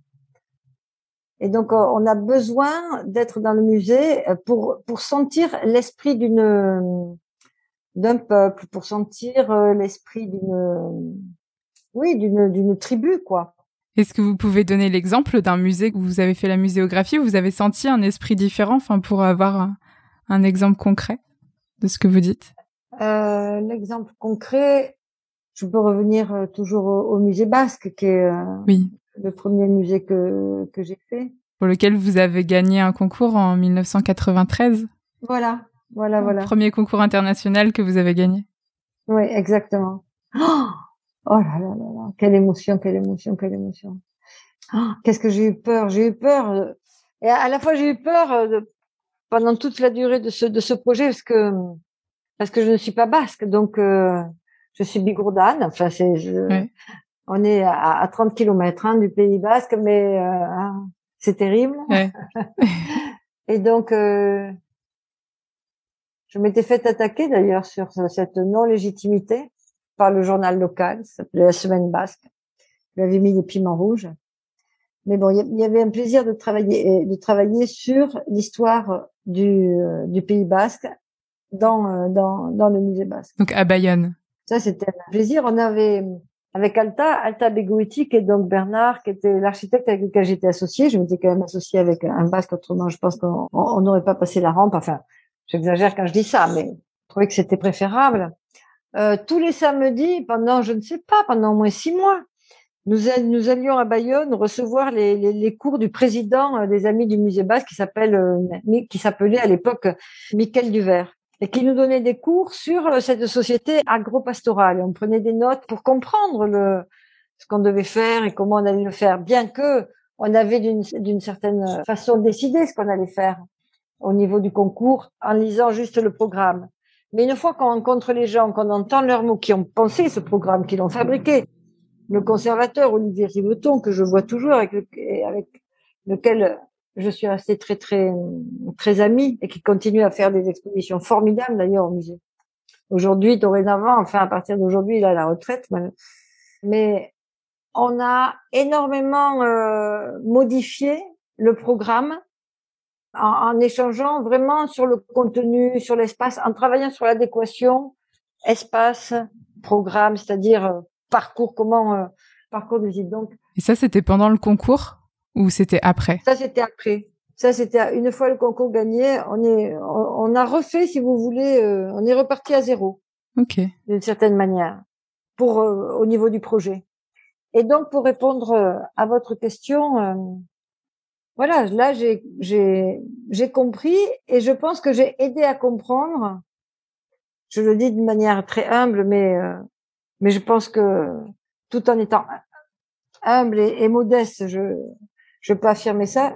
Et donc, on a besoin d'être dans le musée pour pour sentir l'esprit d'une d'un peuple, pour sentir l'esprit d'une oui d'une d'une tribu, quoi. Est-ce que vous pouvez donner l'exemple d'un musée où vous avez fait la muséographie, où vous avez senti un esprit différent, enfin pour avoir un, un exemple concret de ce que vous dites? Euh, l'exemple concret, je peux revenir toujours au, au musée basque, qui est euh, oui. le premier musée que que j'ai fait. Pour lequel vous avez gagné un concours en mille neuf cent quatre-vingt-treize. Voilà, voilà, voilà. Le premier concours international que vous avez gagné. Oui, exactement. Oh, oh là là là là, quelle émotion, quelle émotion, quelle émotion. Oh, qu'est-ce que j'ai eu peur, j'ai eu peur. Et à la fois j'ai eu peur de, pendant toute la durée de ce de ce projet parce que parce que je ne suis pas basque, donc euh, je suis bigourdane. Enfin, c'est je, oui. On est à, à trente kilomètres hein, du Pays Basque, mais euh, c'est terrible. Ouais. Et donc, euh, je m'étais fait attaquer d'ailleurs sur cette non-légitimité par le journal local, ça s'appelait La Semaine Basque. Il avait mis des piments rouges. Mais bon, il y avait un plaisir de travailler, de travailler sur l'histoire du, du Pays Basque dans, dans, dans le musée basque. Donc à Bayonne. Ça, c'était un plaisir. On avait, avec Alta, Alta Begoiti, qui est donc Bernard, qui était l'architecte avec lequel j'étais associée. Je m'étais quand même associée avec un Basque, autrement, je pense qu'on n'aurait pas passé la rampe. Enfin, j'exagère quand je dis ça, mais je trouvais que c'était préférable. Euh, tous les samedis, pendant, je ne sais pas, pendant au moins six mois, nous, nous allions à Bayonne recevoir les, les, les cours du président des Amis du Musée Basque, qui s'appelle, qui s'appelait à l'époque Michel Duvert. et qui nous donnait des cours sur cette société agro-pastorale. Et on prenait des notes pour comprendre le, ce qu'on devait faire et comment on allait le faire, bien que on avait d'une, d'une certaine façon décidé ce qu'on allait faire au niveau du concours en lisant juste le programme. Mais une fois qu'on rencontre les gens, qu'on entend leurs mots, qui ont pensé ce programme, qui l'ont fabriqué, le conservateur Olivier Riveton, que je vois toujours, avec, le, avec lequel je suis restée très, très, très amie et qui continue à faire des expositions formidables d'ailleurs au musée. Aujourd'hui, dorénavant, enfin à partir d'aujourd'hui, il a la retraite. Mais on a énormément euh, modifié le programme en, en échangeant vraiment sur le contenu, sur l'espace, en travaillant sur l'adéquation espace, programme, c'est-à-dire euh, parcours, comment euh, parcours de visite. Donc, et ça, c'était pendant le concours ou c'était après? Ça, c'était après. Ça, c'était une fois le concours gagné, on est, on, on a refait, si vous voulez, euh, on est reparti à zéro. Ok. D'une certaine manière, pour euh, au niveau du projet. Et donc, pour répondre euh, à votre question, euh, voilà, là, j'ai, j'ai, j'ai compris et je pense que j'ai aidé à comprendre. Je le dis d'une manière très humble, mais euh, mais je pense que tout en étant humble et, et modeste, je je peux affirmer ça.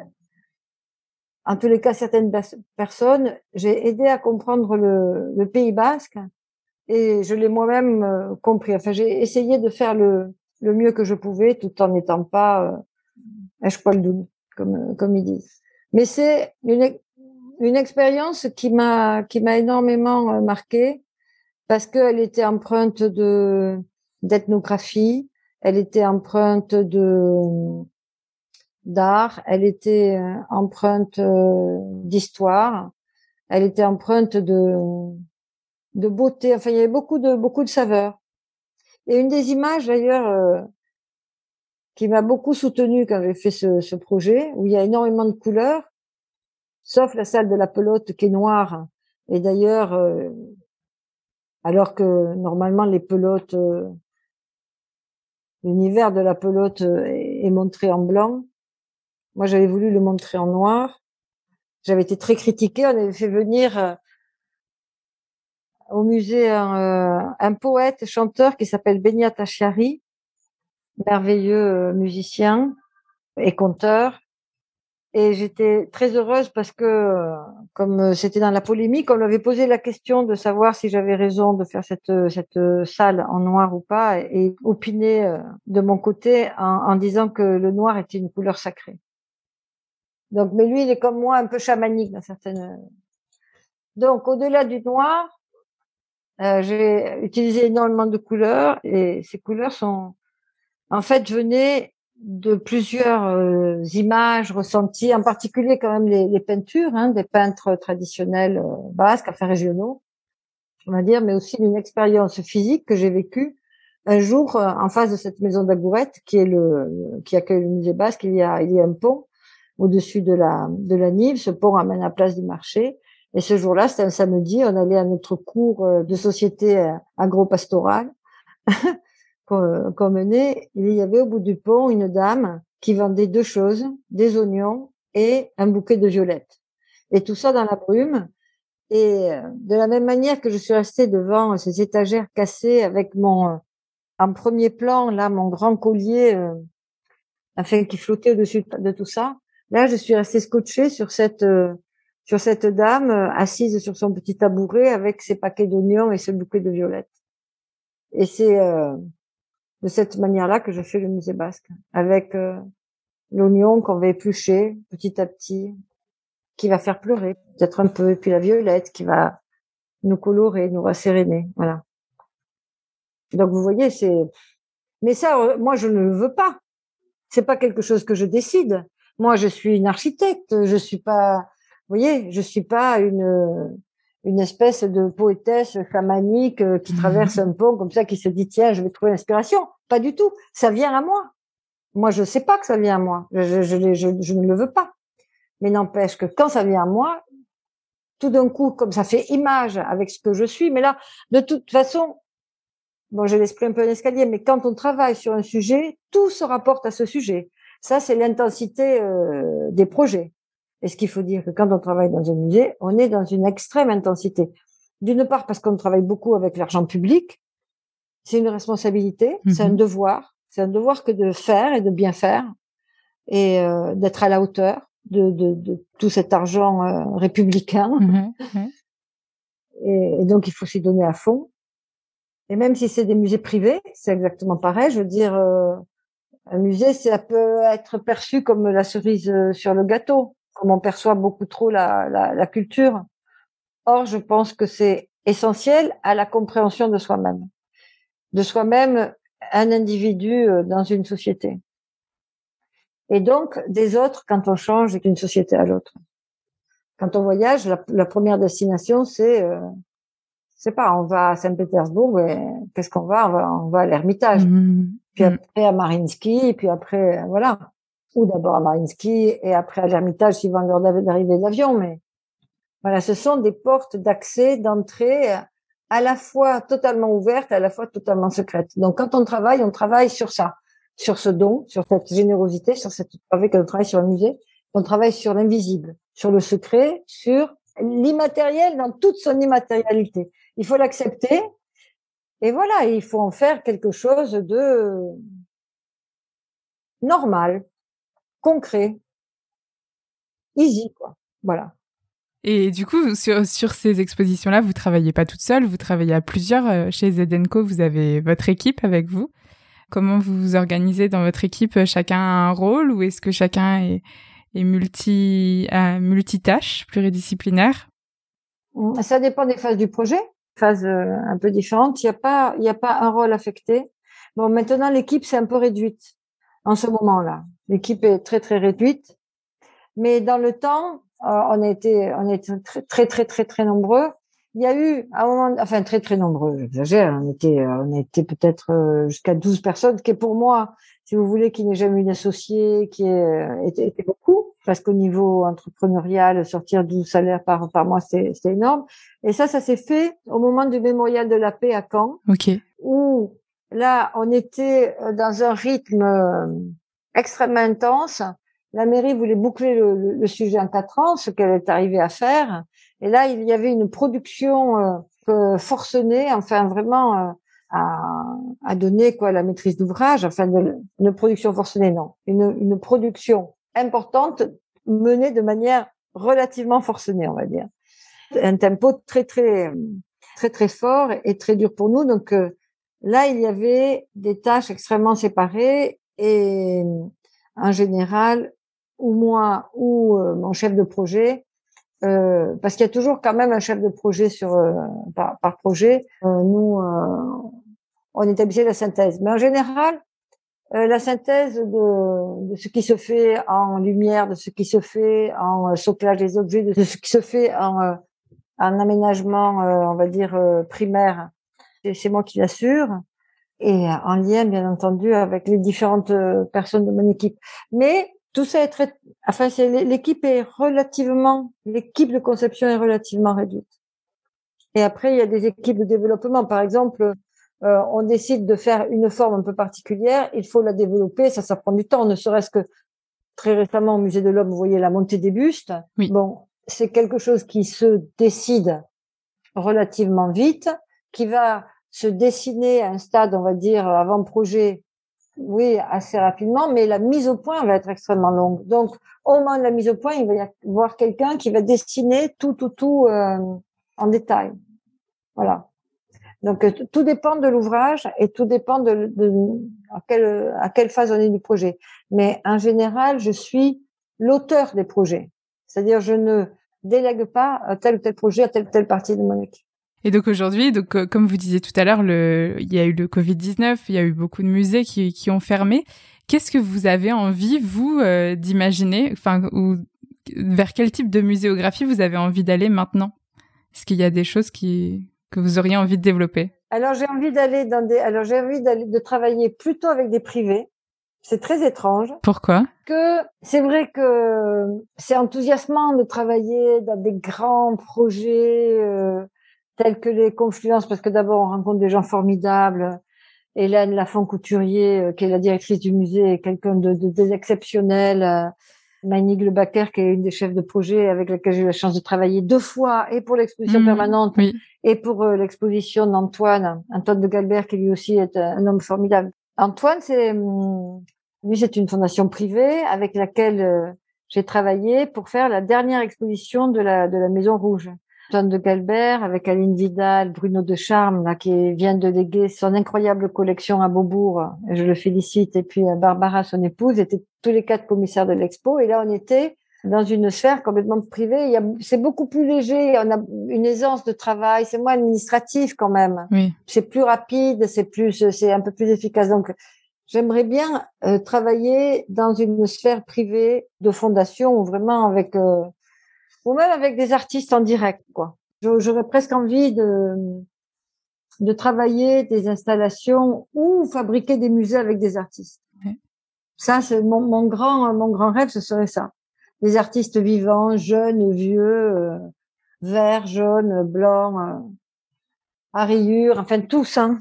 En tous les cas, certaines personnes, j'ai aidé à comprendre le, le Pays Basque et je l'ai moi-même euh, compris. Enfin, j'ai essayé de faire le, le mieux que je pouvais tout en n'étant pas euh, un chpoildoun, comme, comme ils disent. Mais c'est une, une expérience qui m'a, qui m'a énormément euh, marquée parce qu'elle était empreinte de, d'ethnographie, elle était empreinte de, d'art, elle était euh, empreinte euh, d'histoire, elle était empreinte de de beauté. Enfin, il y avait beaucoup de beaucoup de saveurs. Et une des images d'ailleurs euh, qui m'a beaucoup soutenue quand j'ai fait ce, ce projet, où il y a énormément de couleurs, sauf la salle de la pelote qui est noire. Et d'ailleurs, euh, alors que normalement les pelotes, euh, l'univers de la pelote est, est montré en blanc, moi j'avais voulu le montrer en noir. J'avais été très critiquée. On avait fait venir euh, au musée un, euh, un poète, chanteur qui s'appelle Beniat Achiari, merveilleux euh, musicien et conteur. Et j'étais très heureuse parce que, euh, comme c'était dans la polémique, on lui avait posé la question de savoir si j'avais raison de faire cette, cette salle en noir ou pas, et opiné euh, de mon côté en, en disant que le noir était une couleur sacrée. Donc, mais lui, il est comme moi, un peu chamanique dans certaines. Donc, au-delà du noir, Euh, j'ai utilisé énormément de couleurs et ces couleurs sont, en fait, venaient de plusieurs euh, images ressenties, en particulier quand même les, les peintures, hein, des peintres traditionnels euh, basques, enfin régionaux, on va dire, mais aussi d'une expérience physique que j'ai vécue un jour euh, en face de cette maison d'Agourette qui est le, qui accueille le musée basque. Il y a, il y a un pont au-dessus de la de la Nive. Ce pont amène à la place du marché. Et ce jour-là, c'était un samedi, on allait à notre cours de société agro-pastorale qu'on, qu'on menait. Il y avait au bout du pont une dame qui vendait deux choses, des oignons et un bouquet de violettes. Et tout ça dans la brume. Et de la même manière que je suis restée devant ces étagères cassées avec mon, en premier plan, là, mon grand collier, euh, enfin, qui flottait au-dessus de tout ça. Là, je suis restée scotchée sur cette, euh, sur cette dame euh, assise sur son petit tabouret avec ses paquets d'oignons et ce bouquet de violettes. Et c'est euh, de cette manière-là que je fais le musée basque, avec euh, l'oignon qu'on va éplucher petit à petit, qui va faire pleurer peut-être un peu, et puis la violette qui va nous colorer, nous rasséréner, voilà. Donc vous voyez, c'est. Mais ça, moi, je ne le veux pas. C'est pas quelque chose que je décide. Moi, je suis une architecte. Je suis pas, vous voyez, je suis pas une une espèce de poétesse chamanique qui traverse un pont comme ça, qui se dit tiens, je vais trouver l'inspiration. Pas du tout. Ça vient à moi. Moi, je sais pas que ça vient à moi. Je je, je, je, je ne le veux pas. Mais n'empêche que quand ça vient à moi, tout d'un coup, comme ça fait image avec ce que je suis. Mais là, de toute façon, bon, j'ai l'esprit un peu en escalier, mais quand on travaille sur un sujet, tout se rapporte à ce sujet. Ça, c'est l'intensité euh, des projets. Et ce qu'il faut dire que quand on travaille dans un musée, on est dans une extrême intensité. D'une part, parce qu'on travaille beaucoup avec l'argent public. C'est une responsabilité, mmh. c'est un devoir. C'est un devoir que de faire et de bien faire et euh, d'être à la hauteur de, de, de tout cet argent euh, républicain. Mmh. Mmh. Et, et donc, il faut s'y donner à fond. Et même si c'est des musées privés, c'est exactement pareil. Je veux dire, euh, un musée, ça peut être perçu comme la cerise sur le gâteau, comme on perçoit beaucoup trop la, la, la culture. Or, je pense que c'est essentiel à la compréhension de soi-même, de soi-même, un individu dans une société. Et donc, des autres quand on change d'une société à l'autre. Quand on voyage, la, la première destination, c'est, euh, c'est pas, on va à Saint-Pétersbourg, et qu'est-ce qu'on va? On va, on va à l'Ermitage. Mmh. Puis après à Mariinsky, puis après, voilà. Ou d'abord à Mariinsky, et après à l'Ermitage, suivant l'heure d'arrivée de l'avion. Mais voilà, ce sont des portes d'accès, d'entrée, à la fois totalement ouvertes, à la fois totalement secrètes. Donc, quand on travaille, on travaille sur ça, sur ce don, sur cette générosité, sur cette, avec on travaille sur le musée, on travaille sur l'invisible, sur le secret, sur l'immatériel dans toute son immatérialité. Il faut l'accepter. Et voilà, il faut en faire quelque chose de normal, concret, easy, quoi. Voilà. Et du coup, sur, sur ces expositions-là, vous travaillez pas toute seule, vous travaillez à plusieurs. Chez Z and Co, vous avez votre équipe avec vous. Comment vous vous organisez dans votre équipe? Chacun a un rôle ou est-ce que chacun est, est multi, euh, multitâche, pluridisciplinaire? Ça dépend des phases du projet, phases euh, un peu différentes. Il n'y a pas, il n'y a pas un rôle affecté. Bon, maintenant, l'équipe, c'est un peu réduite en ce moment-là. L'équipe est très, très réduite. Mais dans le temps, euh, on a été, on a été très, très, très, très, très nombreux. Il y a eu un moment, enfin, très, très nombreux, j'exagère. On était, on a été peut-être jusqu'à douze personnes, qui est pour moi, si vous voulez, qui n'est jamais eu d'associé, qui est, était, était beaucoup. Parce qu'au niveau entrepreneurial, sortir douze salaires par, par mois, c'était, c'était énorme. Et ça, ça s'est fait au moment du Mémorial de la Paix à Caen. Ok. Où, là, on était dans un rythme extrêmement intense. La mairie voulait boucler le, le, le sujet en quatre ans, ce qu'elle est arrivée à faire. Et là, il y avait une production euh, forcenée, enfin vraiment euh, à, à donner quoi la maîtrise d'ouvrage, enfin de, une production forcenée, non, une, une production importante menée de manière relativement forcenée, on va dire. Un tempo très très très très fort et très dur pour nous. Donc euh, là, il y avait des tâches extrêmement séparées et en général, ou moi ou euh, mon chef de projet, euh, parce qu'il y a toujours quand même un chef de projet sur euh, par, par projet. Euh, nous, euh, on établissait la synthèse, mais en général, euh, la synthèse de, de ce qui se fait en lumière, de ce qui se fait en euh, soclage des objets, de ce qui se fait en, euh, en aménagement, euh, on va dire euh, primaire, c'est, c'est moi qui l'assure. Et en lien, bien entendu, avec les différentes personnes de mon équipe. Mais tout ça est très, enfin, c'est, l'équipe est relativement, l'équipe de conception est relativement réduite. Et après, il y a des équipes de développement. Par exemple, euh, on décide de faire une forme un peu particulière, il faut la développer, ça, ça prend du temps, ne serait-ce que très récemment au Musée de l'Homme, vous voyez la montée des bustes. Oui. Bon, c'est quelque chose qui se décide relativement vite, qui va se dessiner à un stade, on va dire, avant-projet, oui, assez rapidement, mais la mise au point va être extrêmement longue. Donc, au moment de la mise au point, il va y avoir quelqu'un qui va dessiner tout, tout, tout euh, en détail. Voilà. Donc, tout dépend de l'ouvrage et tout dépend de, de à quelle à quelle phase on est du projet. Mais en général, je suis l'auteur des projets. C'est-à-dire, je ne délègue pas tel ou tel projet à telle ou telle partie de mon équipe. Et donc aujourd'hui, donc euh, comme vous disiez tout à l'heure, le, il y a eu le covid dix-neuf, il y a eu beaucoup de musées qui, qui ont fermé. Qu'est-ce que vous avez envie, vous, euh, d'imaginer, enfin, ou vers quel type de muséographie vous avez envie d'aller maintenant? Est-ce qu'il y a des choses qui que vous auriez envie de développer? Alors j'ai envie d'aller dans des, alors j'ai envie d'aller de travailler plutôt avec des privés. C'est très étrange. Pourquoi? Que c'est vrai que c'est enthousiasmant de travailler dans des grands projets. Euh, tels que les Confluences, parce que d'abord on rencontre des gens formidables. Hélène Lafont-Couturier, euh, qui est la directrice du musée, est quelqu'un de, de, d'exceptionnel. Manny Glebacker, qui est une des chefs de projet avec laquelle j'ai eu la chance de travailler deux fois, et pour l'exposition mmh, permanente, oui. et pour euh, l'exposition d'Antoine, Antoine de Galbert, qui lui aussi est un, un homme formidable. Antoine, c'est, lui, c'est une fondation privée avec laquelle euh, j'ai travaillé pour faire la dernière exposition de la, de la Maison Rouge. Antoine de Galbert, avec Aline Vidal, Bruno de Charme, là, qui vient de léguer son incroyable collection à Beaubourg, et je le félicite, et puis Barbara, son épouse, étaient tous les quatre commissaires de l'expo, et là, on était dans une sphère complètement privée. Il y a, c'est beaucoup plus léger, on a une aisance de travail, c'est moins administratif quand même. Oui. C'est plus rapide, c'est plus, c'est un peu plus efficace. Donc, j'aimerais bien euh, travailler dans une sphère privée de fondation, ou vraiment avec, euh, ou même avec des artistes en direct, quoi. J'aurais presque envie de, de travailler des installations ou fabriquer des musées avec des artistes. Oui. Ça, c'est mon, mon grand, mon grand rêve, ce serait ça. Des artistes vivants, jeunes, vieux, euh, verts, jaunes, blancs, euh, à rayures, enfin tous, hein.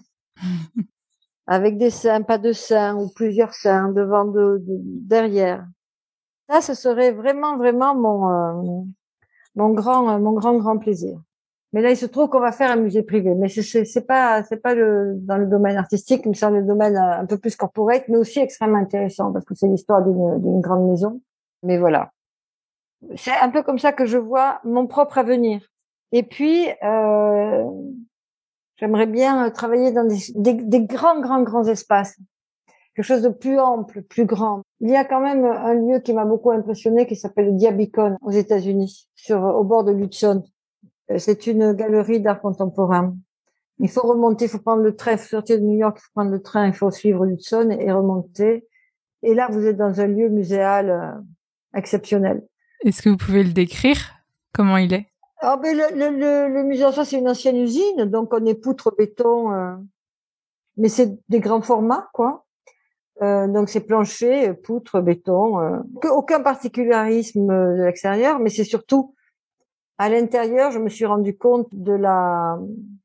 Avec des seins, pas de seins, ou plusieurs seins, devant, de, de derrière. Ça, ce serait vraiment, vraiment mon, euh, mon grand, mon grand, grand plaisir. Mais là, il se trouve qu'on va faire un musée privé. Mais c'est, c'est, c'est pas, c'est pas le, dans le domaine artistique, mais c'est dans le domaine un peu plus corporate, mais aussi extrêmement intéressant parce que c'est l'histoire d'une, d'une grande maison. Mais voilà. C'est un peu comme ça que je vois mon propre avenir. Et puis, euh, j'aimerais bien travailler dans des, des, des grands, grands, grands espaces. Quelque chose de plus ample, plus grand. Il y a quand même un lieu qui m'a beaucoup impressionné qui s'appelle le Diabicon aux États-Unis, sur, au bord de l'Hudson. C'est une galerie d'art contemporain. Il faut remonter, il faut prendre le train, il faut sortir de New York, il faut prendre le train, il faut suivre l'Hudson et remonter. Et là, vous êtes dans un lieu muséal euh, exceptionnel. Est-ce que vous pouvez le décrire? Comment il est? Ah ben le, le, le, le musée en soi, c'est une ancienne usine, donc on est poutre, béton, euh, mais c'est des grands formats, quoi. Euh, donc c'est plancher, poutre, béton, euh, aucun particularisme de l'extérieur, mais c'est surtout à l'intérieur, je me suis rendu compte de la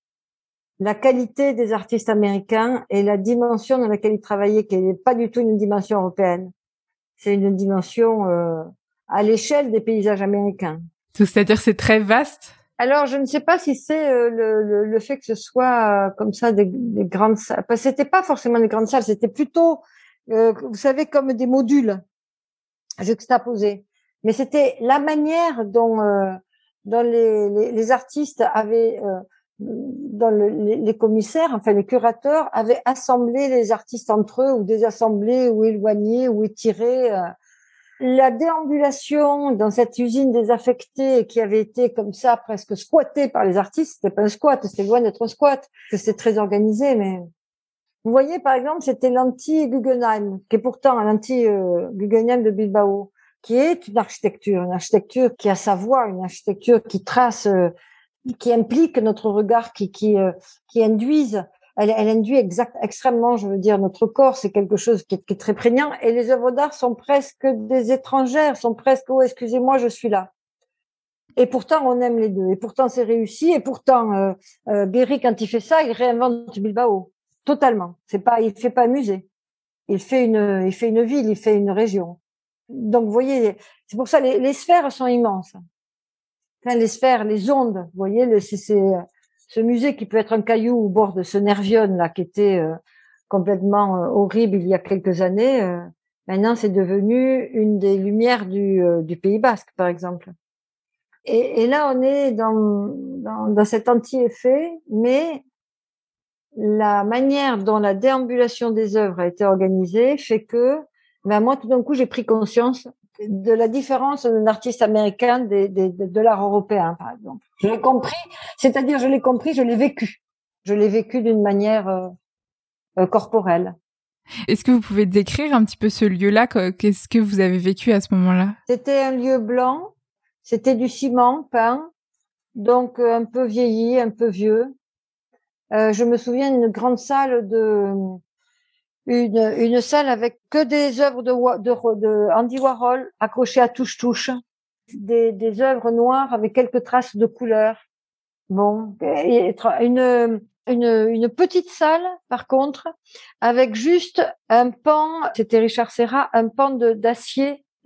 la qualité des artistes américains et la dimension dans laquelle ils travaillaient, qui n'est pas du tout une dimension européenne. C'est une dimension euh, à l'échelle des paysages américains. C'est-à-dire c'est très vaste? Alors, je ne sais pas si c'est euh, le, le, le fait que ce soit euh, comme ça des, des grandes salles. Parce que c'était pas forcément des grandes salles, c'était plutôt, euh, vous savez, comme des modules juxtaposés. Mais c'était la manière dont, euh, dont les, les, les artistes avaient... Euh, dans le, les, les commissaires, enfin les curateurs, avaient assemblé les artistes entre eux, ou désassemblés, ou éloignés, ou étirés. La déambulation dans cette usine désaffectée qui avait été comme ça presque squattée par les artistes, c'était pas un squat, c'était loin d'être un squat, parce que c'était très organisé, mais vous voyez, par exemple, c'était l'anti-Guggenheim, qui est pourtant l'anti-Guggenheim de Bilbao, qui est une architecture, une architecture qui a sa voix, une architecture qui trace, qui implique notre regard, qui qui euh, qui induise, elle, elle induit exact, extrêmement, je veux dire, notre corps. C'est quelque chose qui est, qui est très prégnant. Et les œuvres d'art sont presque des étrangères, sont presque oh excusez-moi, je suis là. Et pourtant on aime les deux. Et pourtant c'est réussi. Et pourtant euh, euh, Berry, quand il fait ça, il réinvente Bilbao totalement. C'est pas, il fait pas un musée. Il fait une, il fait une ville, il fait une région. Donc vous voyez, c'est pour ça les, les sphères sont immenses. Enfin, les sphères, les ondes, vous voyez, le, c'est, c'est ce musée qui peut être un caillou au bord de ce Nervion là, qui était euh, complètement euh, horrible il y a quelques années. Euh, maintenant, c'est devenu une des lumières du, euh, du Pays Basque, par exemple. Et, et là, on est dans, dans, dans cet anti-effet, mais la manière dont la déambulation des œuvres a été organisée fait que, ben moi, tout d'un coup, j'ai pris conscience de la différence d'un artiste américain des, des, de, de l'art européen, par exemple. Je l'ai compris, c'est-à-dire je l'ai compris, je l'ai vécu. Je l'ai vécu d'une manière euh, euh, corporelle. Est-ce que vous pouvez décrire un petit peu ce lieu-là? Qu'est-ce que vous avez vécu à ce moment-là? C'était un lieu blanc, c'était du ciment peint, donc euh, un peu vieilli, un peu vieux. Euh, je me souviens d'une grande salle de... Une, une salle avec que des œuvres de, de, de Andy Warhol accrochées à touche-touche, des, des œuvres noires avec quelques traces de couleurs. Bon, et une, une, une petite salle, par contre, avec juste un pan, c'était Richard Serra, un pan de, d'acier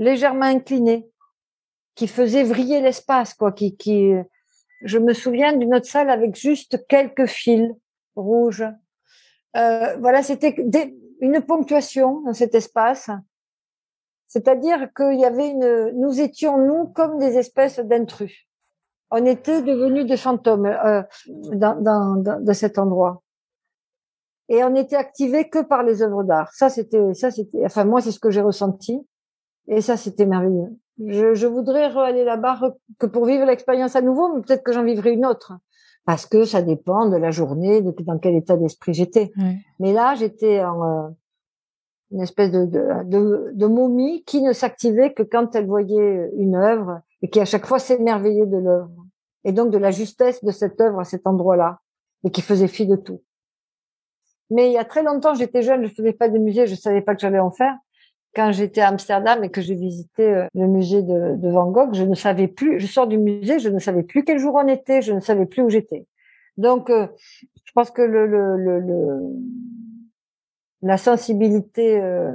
légèrement inclinée, qui faisait vriller l'espace, quoi, qui, qui, je me souviens d'une autre salle avec juste quelques fils rouges. Euh, voilà, c'était des, une ponctuation dans cet espace. C'est-à-dire qu'il y avait une, nous étions, nous, comme des espèces d'intrus. On était devenus des fantômes, euh, dans, dans, dans, de cet endroit. Et on n'était activés que par les œuvres d'art. Ça, c'était, ça, c'était, enfin, moi, c'est ce que j'ai ressenti. Et ça, c'était merveilleux. Je, je voudrais aller là-bas que pour vivre l'expérience à nouveau, mais peut-être que j'en vivrai une autre. Parce que ça dépend de la journée, de dans quel état d'esprit j'étais. Ouais. Mais là, j'étais en, euh, une espèce de, de, de, de momie qui ne s'activait que quand elle voyait une œuvre et qui à chaque fois s'émerveillait de l'œuvre. Et donc de la justesse de cette œuvre à cet endroit-là. Et qui faisait fi de tout. Mais il y a très longtemps, j'étais jeune, je faisais pas de musée, je savais pas que j'allais en faire. Quand j'étais à Amsterdam et que j'ai visité le musée de, de Van Gogh, je ne savais plus, je sors du musée, je ne savais plus quel jour on était, je ne savais plus où j'étais. Donc, euh, je pense que le, le, le, le la sensibilité euh,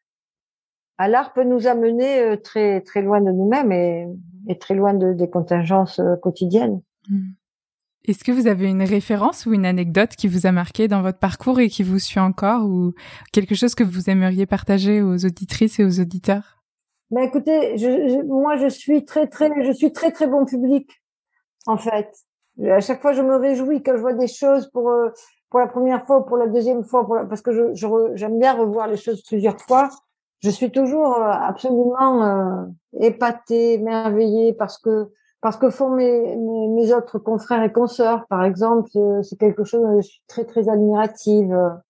à l'art peut nous amener euh, très très loin de nous-mêmes et, et très loin de, des contingences euh, quotidiennes. Mmh. Est-ce que vous avez une référence ou une anecdote qui vous a marqué dans votre parcours et qui vous suit encore, ou quelque chose que vous aimeriez partager aux auditrices et aux auditeurs? Ben écoutez, je, je, moi je suis très très je suis très très bon public en fait. À chaque fois je me réjouis quand je vois des choses pour euh, pour la première fois ou pour la deuxième fois, pour la, parce que je, je j'aime bien revoir les choses plusieurs fois. Je suis toujours euh, absolument euh, épatée, émerveillée parce que parce que font mes, mes mes autres confrères et consoeurs, par exemple. euh, C'est quelque chose dont je suis très très admirative.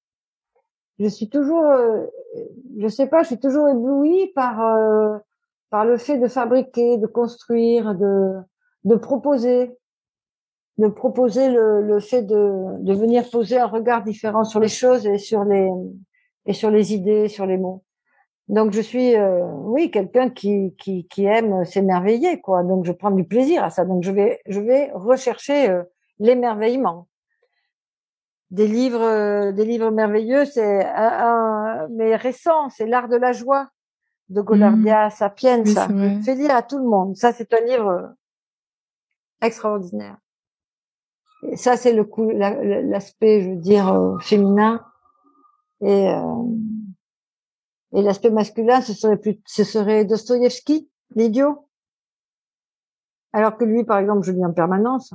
Je suis toujours, euh, je sais pas, je suis toujours éblouie par euh, par le fait de fabriquer, de construire, de de proposer, de proposer le, le fait de de venir poser un regard différent sur les choses et sur les et sur les idées, sur les mots. Donc je suis, euh, oui, quelqu'un qui qui qui aime s'émerveiller, quoi. Donc je prends du plaisir à ça. Donc je vais je vais rechercher euh, l'émerveillement. Des livres, euh, des livres merveilleux, c'est un, un mais récent, c'est L'art de la joie de Mmh. Golardia Oui, c'est Sapienza. Je vrai. fais lire à tout le monde. Ça, c'est un livre extraordinaire. Et ça, c'est le coup, la- l'aspect, je veux dire, euh, féminin. Et, euh, et l'aspect masculin, ce serait plus, ce serait Dostoïevski, l'idiot. Alors que lui, par exemple, je lis en permanence.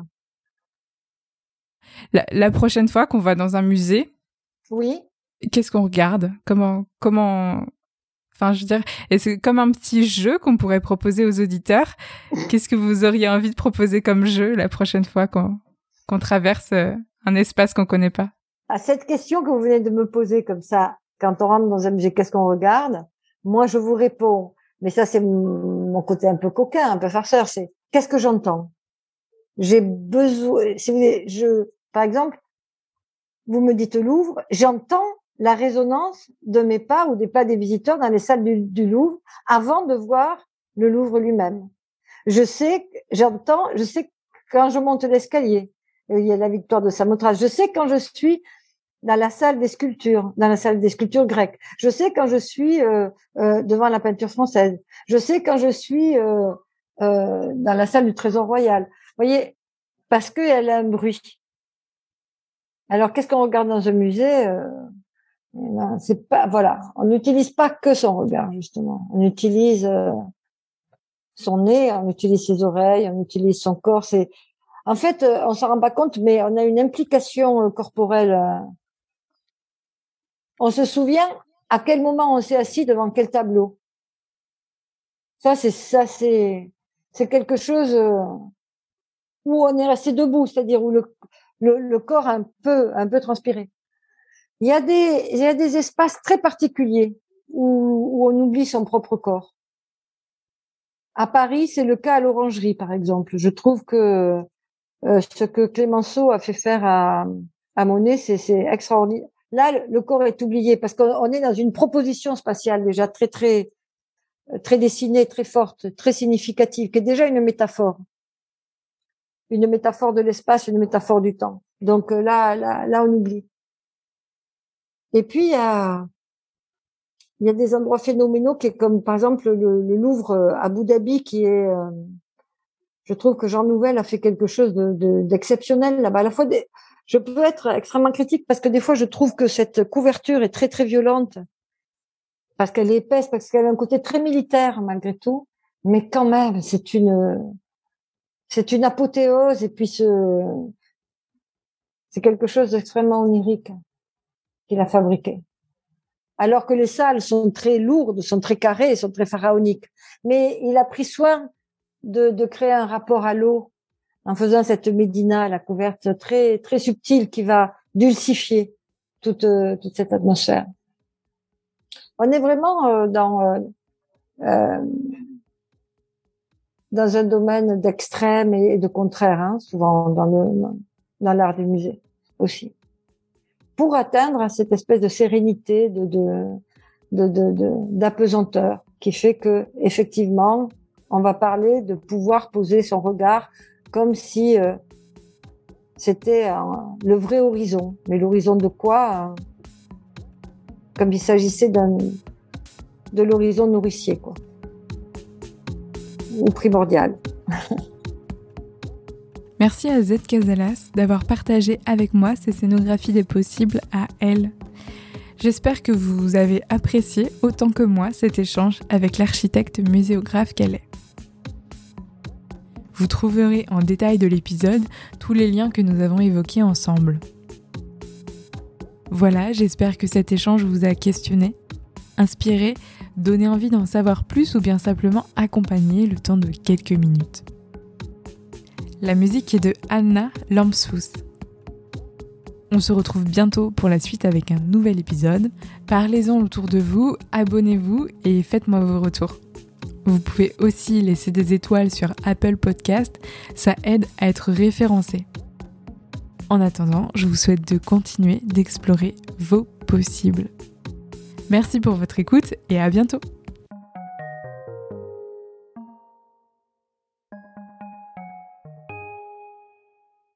La, la prochaine fois qu'on va dans un musée, Oui. qu'est-ce qu'on regarde? Comment, comment, enfin, je veux dire, est-ce que comme un petit jeu qu'on pourrait proposer aux auditeurs, qu'est-ce que vous auriez envie de proposer comme jeu la prochaine fois qu'on, qu'on traverse euh, un espace qu'on connaît pas? À cette question que vous venez de me poser comme ça, quand on rentre dans un musée, qu'est-ce qu'on regarde? Moi, je vous réponds, mais ça, c'est mon côté un peu coquin, un peu farceur, c'est qu'est-ce que j'entends? J'ai besoin, si vous voulez, je, par exemple, vous me dites Louvre, j'entends la résonance de mes pas ou des pas des visiteurs dans les salles du, du Louvre avant de voir le Louvre lui-même. Je sais, j'entends, je sais quand je monte l'escalier, il y a la victoire de Samothrace. Je sais quand je suis dans la salle des sculptures, dans la salle des sculptures grecques. Je sais quand je suis euh, euh, devant la peinture française. Je sais quand je suis euh, euh, dans la salle du Trésor Royal. Vous voyez, parce qu'elle a un bruit. Alors, qu'est-ce qu'on regarde dans un musée euh, ben, c'est pas, voilà, on n'utilise pas que son regard, justement. On utilise euh, son nez, on utilise ses oreilles, on utilise son corps. C'est, en fait, euh, on s'en rend pas compte, mais on a une implication euh, corporelle. Euh, on se souvient à quel moment on s'est assis devant quel tableau. Ça, c'est ça, c'est c'est quelque chose euh, où on est resté debout, c'est-à-dire où le, le le corps a un peu un peu transpiré. Il y a des il y a des espaces très particuliers où où on oublie son propre corps. À Paris, c'est le cas à l'Orangerie, par exemple. Je trouve que euh, ce que Clémenceau a fait faire à à Monet, c'est c'est extraordinaire. Là, le, le corps est oublié parce qu'on on est dans une proposition spatiale déjà très très très dessinée, très forte, très significative, qui est déjà une métaphore, une métaphore de l'espace, une métaphore du temps. Donc euh, là, là, là, on oublie. Et puis il y a, il y a des endroits phénoménaux qui est comme par exemple le, le Louvre à Abu Dhabi qui est, euh, je trouve que Jean Nouvel a fait quelque chose de, de, d'exceptionnel là-bas. À la fois, des, je peux être extrêmement critique parce que des fois je trouve que cette couverture est très très violente parce qu'elle est épaisse, parce qu'elle a un côté très militaire malgré tout, mais quand même c'est une c'est une apothéose et puis ce c'est quelque chose d'extrêmement onirique qu'il a fabriqué. Alors que les salles sont très lourdes, sont très carrées, sont très pharaoniques. Mais il a pris soin de, de créer un rapport à l'eau en faisant cette médina, la couverte très très subtile qui va dulcifier toute toute cette atmosphère. On est vraiment euh, dans euh, euh, dans un domaine d'extrême et de contraire, hein, souvent dans le dans l'art du musée aussi, pour atteindre cette espèce de sérénité, de de de de, de d'apesanteur qui fait que effectivement on va parler de pouvoir poser son regard comme si euh, c'était euh, le vrai horizon. Mais l'horizon de quoi euh, comme il s'agissait d'un de l'horizon nourricier, quoi, ou primordial. Merci à Z Casalas d'avoir partagé avec moi ces scénographies des possibles à elle. J'espère que vous avez apprécié autant que moi cet échange avec l'architecte muséographe qu'elle est. Vous trouverez en détail de l'épisode tous les liens que nous avons évoqués ensemble. Voilà, j'espère que cet échange vous a questionné, inspiré, donné envie d'en savoir plus ou bien simplement accompagné le temps de quelques minutes. La musique est de Anna Lampsfuss. On se retrouve bientôt pour la suite avec un nouvel épisode. Parlez-en autour de vous, abonnez-vous et faites-moi vos retours. Vous pouvez aussi laisser des étoiles sur Apple Podcast, ça aide à être référencé. En attendant, je vous souhaite de continuer d'explorer vos possibles. Merci pour votre écoute et à bientôt!